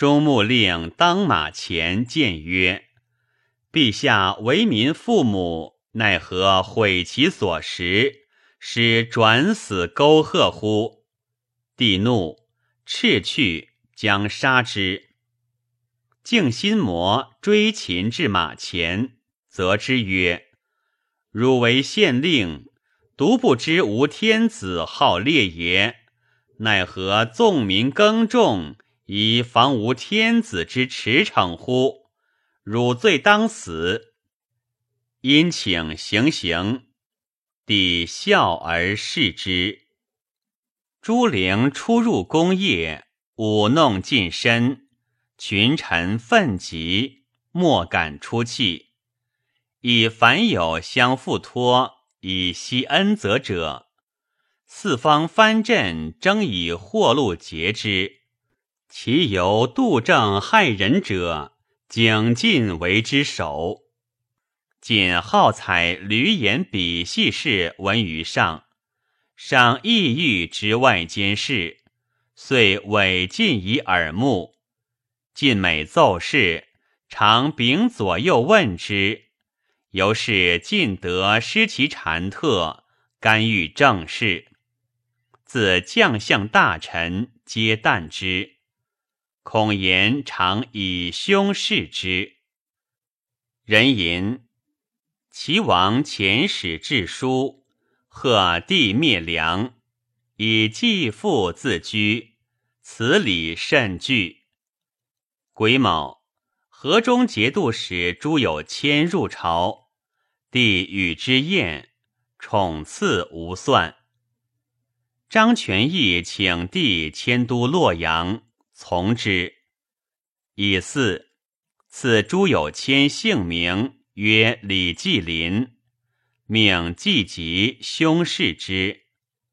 中牧令当马前谏曰：陛下为民父母，奈何毁其所食，使转死沟壑乎？帝怒，斥去，将杀之。敬心魔追擒至马前，责之曰：汝为县令，独不知无天子好猎也，奈何纵民耕种，以防无天子之驰骋乎？汝罪当死。因请行刑，帝笑而视之。诸陵出入宫业，舞弄近身，群臣愤极，莫敢出气。以凡有相付托以息恩泽者，四方藩镇争以货禄劫之，其有杜正害人者，景尽为之首。仅好采闾言笔细事闻于上，上意欲知外间事，遂委进以耳目。晋每奏事，常秉左右问之，由是晋得失其禅特，干预政事。自将相大臣皆惮之，孔颜常以凶视之。人吟齐王遣使致书，贺帝灭梁，以继父自居，此礼甚具。癸卯，河中节度使朱有谦入朝，帝与之宴，宠赐无算。张全义请帝迁都洛阳，从之。乙巳，赐朱有谦姓名，曰李继林，命季吉兄视之。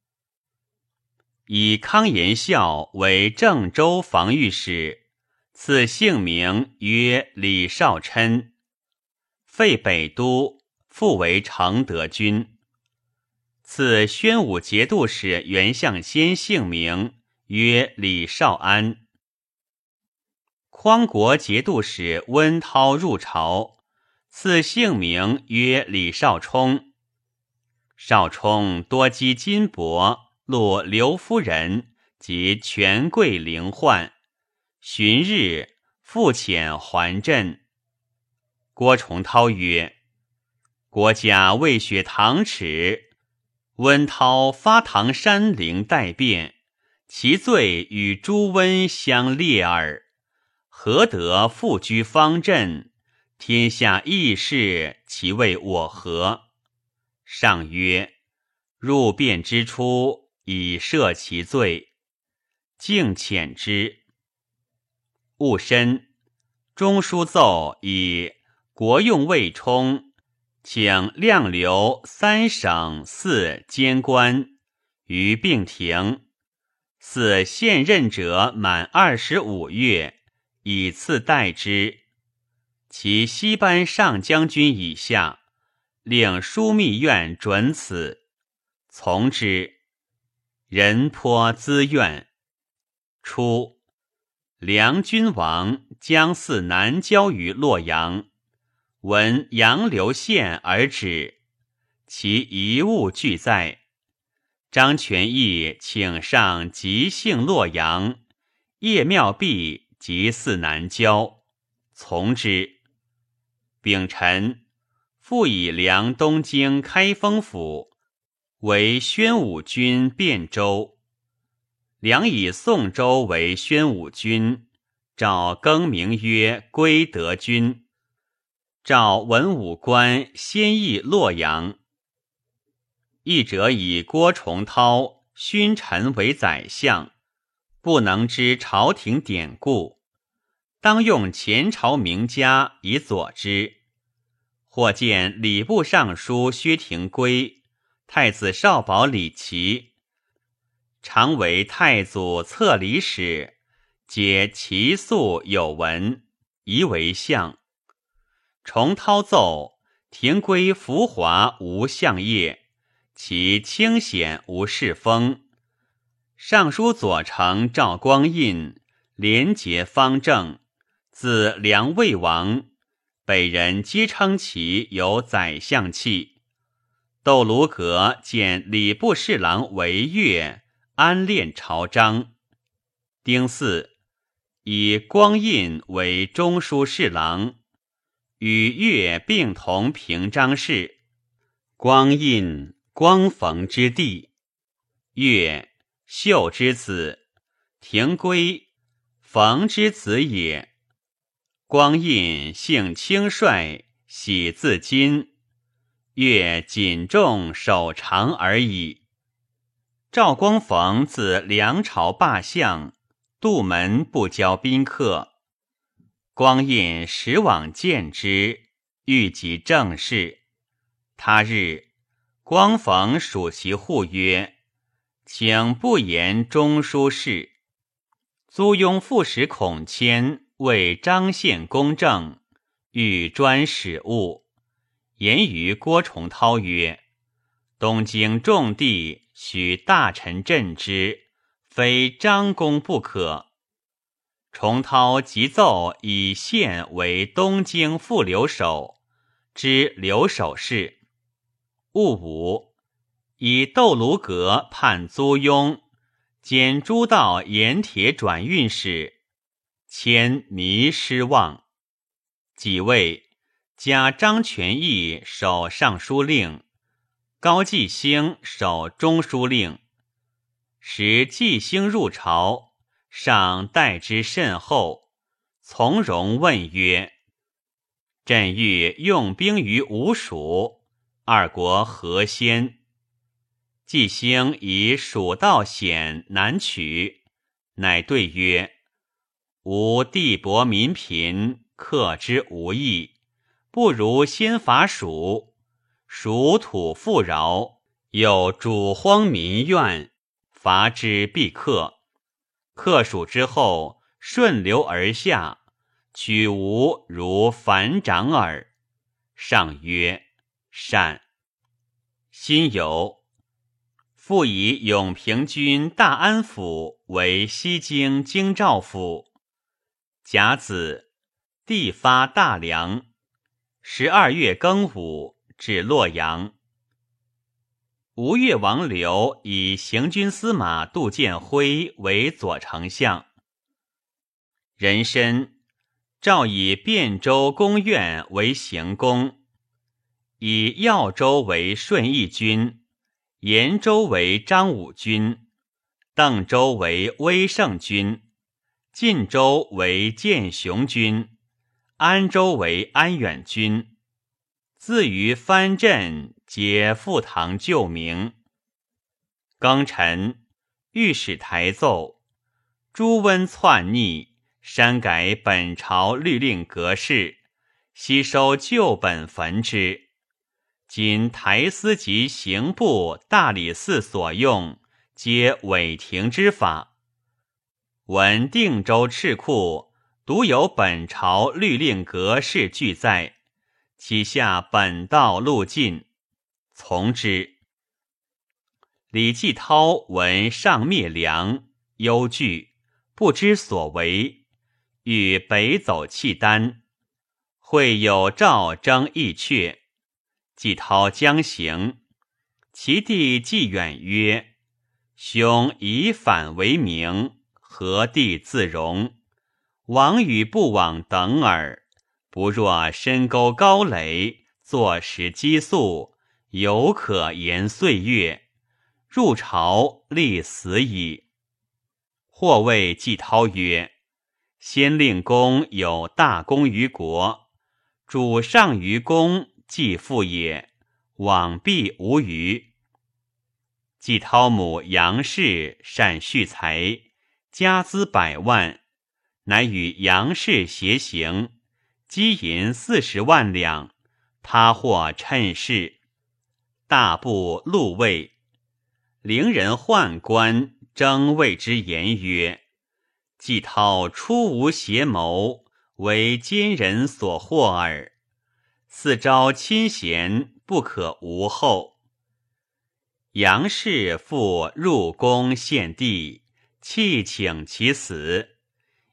以康延孝为郑州防御使，赐姓名曰李少琛，废北都，复为承德军。赐宣武节度使袁象先姓名曰李少安。匡国节度使温韬入朝，赐姓名曰李少冲。少冲多积金帛，录刘夫人及权贵陵患，旬日复遣还镇。郭崇韬曰：国家未雪唐耻，温韬发唐山陵待变，其罪与朱温相列耳，何得复居方阵？天下义士，其为我何？上曰：入变之初，以赦其罪，敬遣之。戊申，中书奏以国用未充，请量留三省四监官于并庭，似现任者满二十五月，以次代之。其西班上将军以下，令枢密院准此，从之。人颇资怨。初，梁君王将祀南郊于洛阳，闻杨流县而止，其遗物俱在。张全义请上即幸洛阳，谒庙壁即祀南郊，从之。丙辰，复以梁东京开封府为宣武军汴州。梁以宋州为宣武军，诏更名曰归德军。诏文武官先诣洛阳。译者以郭崇韬、勋臣为宰相，不能知朝廷典故，当用前朝名家以佐之。或见礼部尚书薛廷圭、太子少保李琦，常为太祖册礼使，皆其素有闻，宜为相。崇韬奏廷圭浮华无相业，其清显无世风。尚书左丞赵光胤廉洁方正，自梁魏王，北人皆称其有宰相气。窦卢阁见礼部侍郎韦越安恋朝章。丁巳，以光印为中书侍郎，与越并同平章事。光印，光逢之弟，越，秀之子，廷圭，冯之子也。光印性轻率，喜自矜，越谨重守常而已。赵光逢自梁朝罢相，杜门不交宾客。光印时往见之，欲及政事。他日，光逢属其户曰：请不言中书事。租庸副使孔谦为彰献公正，欲专使务，言于郭崇韬曰：东京重地，许大臣镇之，非张公不可。崇韬即奏以献为东京副留守，知留守事。戊午，以窦卢阁判租庸，兼诸道盐铁转运使，迁迷失望。己未，加张全义守尚书令，高季兴守中书令。时季兴入朝，上待之甚厚，从容问曰：朕欲用兵于吴蜀，二国何先？季兴以蜀道险难取，乃对曰：吾地薄民贫，克之无益，不如先伐蜀。蜀土富饶，有主荒民怨，伐之必克。克蜀之后，顺流而下，取吴如反掌耳。上曰：善。辛酉，复以永平军大安府为西京京兆府。甲子，地发大梁。十二月庚午，至洛阳。吴越王刘以行军司马杜建辉为左丞相。壬申，诏以汴州公院为行宫，以耀州为顺义军，延州为张武军，邓州为威胜军，晋州为建雄军，安州为安远军。自于藩镇，皆赴唐旧名。庚辰，御史台奏：朱温篡逆，删改本朝律令格式，悉收旧本焚之。今台司及刑部、大理寺所用，皆违停之法。闻定州敕库独有本朝律令格式俱在，其下本道路径，从之。李继涛闻上灭梁，忧惧，不知所为，欲北走契丹。会有诏征义阙，继涛将行。其弟季远曰：兄以反为名，何地自容？往与不往等耳，不若深沟高垒，坐实激素，犹可延岁月。入朝立死矣。或谓季涛曰：先令公有大功于国，主上于公，既父也，往必无余。季涛母杨氏善蓄财，家资百万，乃与杨氏偕行，积银四十万两，他或趁势。大部禄位，陵人宦官争谓之言曰：季涛初无邪谋，为奸人所惑耳。四招亲贤，不可无后。杨氏复入宫献帝，弃请其死，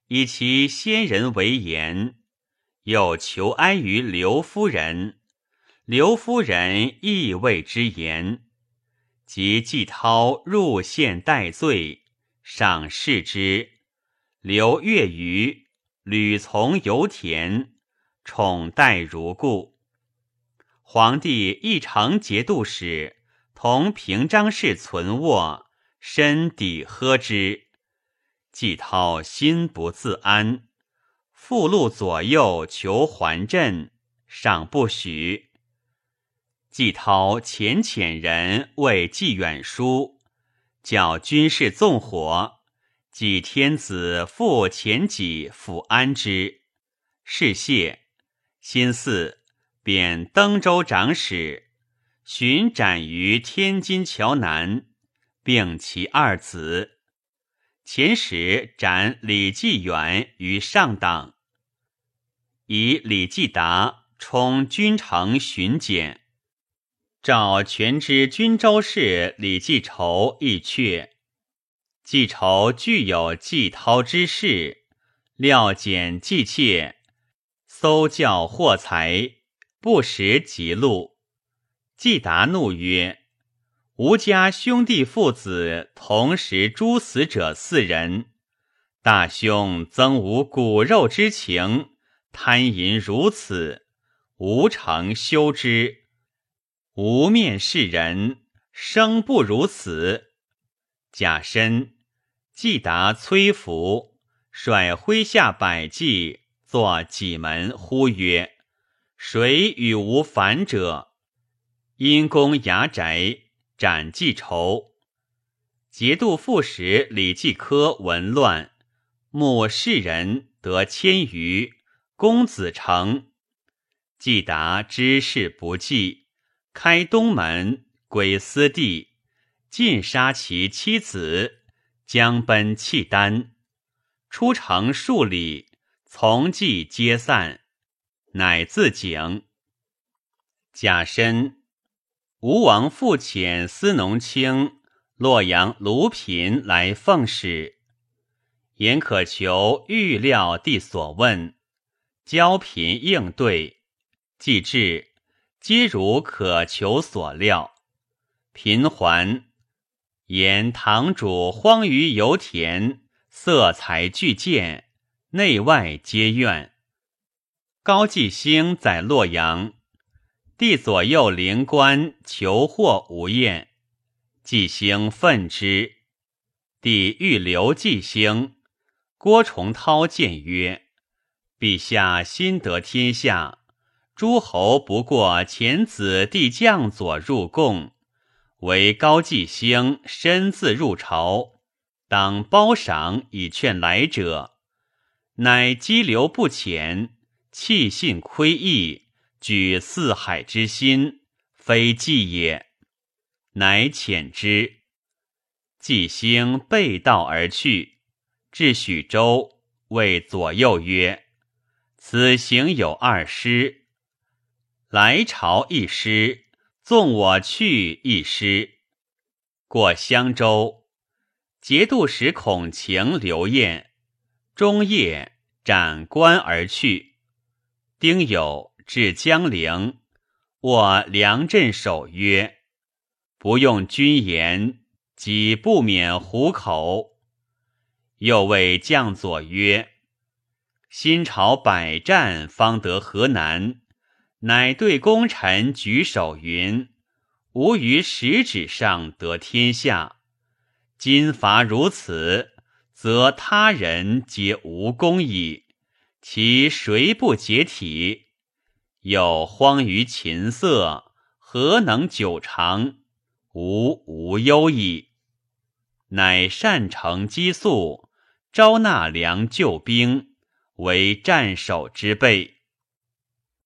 以其先人为言，又求哀于刘夫人。刘夫人亦谓之言。及季涛入县戴罪，赏释之。刘越余屡从游田，宠待如故。皇帝亦承节度使同平章事存卧，深抵呵之。季涛心不自安，复录左右求还镇，尚不许。季涛遣遣人为季远书，教军事纵火，季天子复遣己抚安之。是谢，辛巳，贬登州长史，寻斩于天津桥南，并其二子。遣使斩李继远于上党，以李继达充军城巡检。召全知军州事李继畴亦阙。继畴具有季涛之事，料简季妾，搜教获财，不识极禄。季达怒曰：吾家兄弟父子同时诛死者四人，大兄曾无骨肉之情，贪淫如此，吾诚休之。无面视人，生不如死。甲申，季达崔服，率麾下百骑作戟门，呼曰：谁与吾反者？因攻衙宅，斩季畴。节度副使李继科闻乱，募士人得千余，攻子城。季达知事不济，开东门，归私地，尽杀其妻子，将奔契丹。出城数里，从骑皆散，乃自警。甲申，吴王复遣司农卿洛阳卢品来奉使，言可求预料帝所问，交贫应对，既至，皆如可求所料。贫还，言堂主荒于油田，色彩俱见，内外皆怨。高季兴在洛阳，帝左右灵官求获无厌，季兴愤之。帝欲留季兴，郭崇韬谏曰：陛下新得天下，诸侯不过遣子弟将佐入贡，唯高季兴身自入朝，当褒赏以劝来者。乃激流不遣，弃信窥义，举四海之心，非计也。乃遣之。季兴背道而去，至许州，谓左右曰：此行有二师，来朝一师，纵我去一师。过襄州，节度使孔晴刘晏，中夜斩关而去。丁酉，至江陵，握梁镇守曰：不用军言，己不免虎口。又谓将佐曰：新朝百战方得河南，乃对功臣举手云：吾于食指上得天下。今伐如此，则他人皆无功矣，其谁不解体？有荒于琴瑟，何能久长？吾无忧矣。乃善成积粟，招纳良救兵，为战守之备。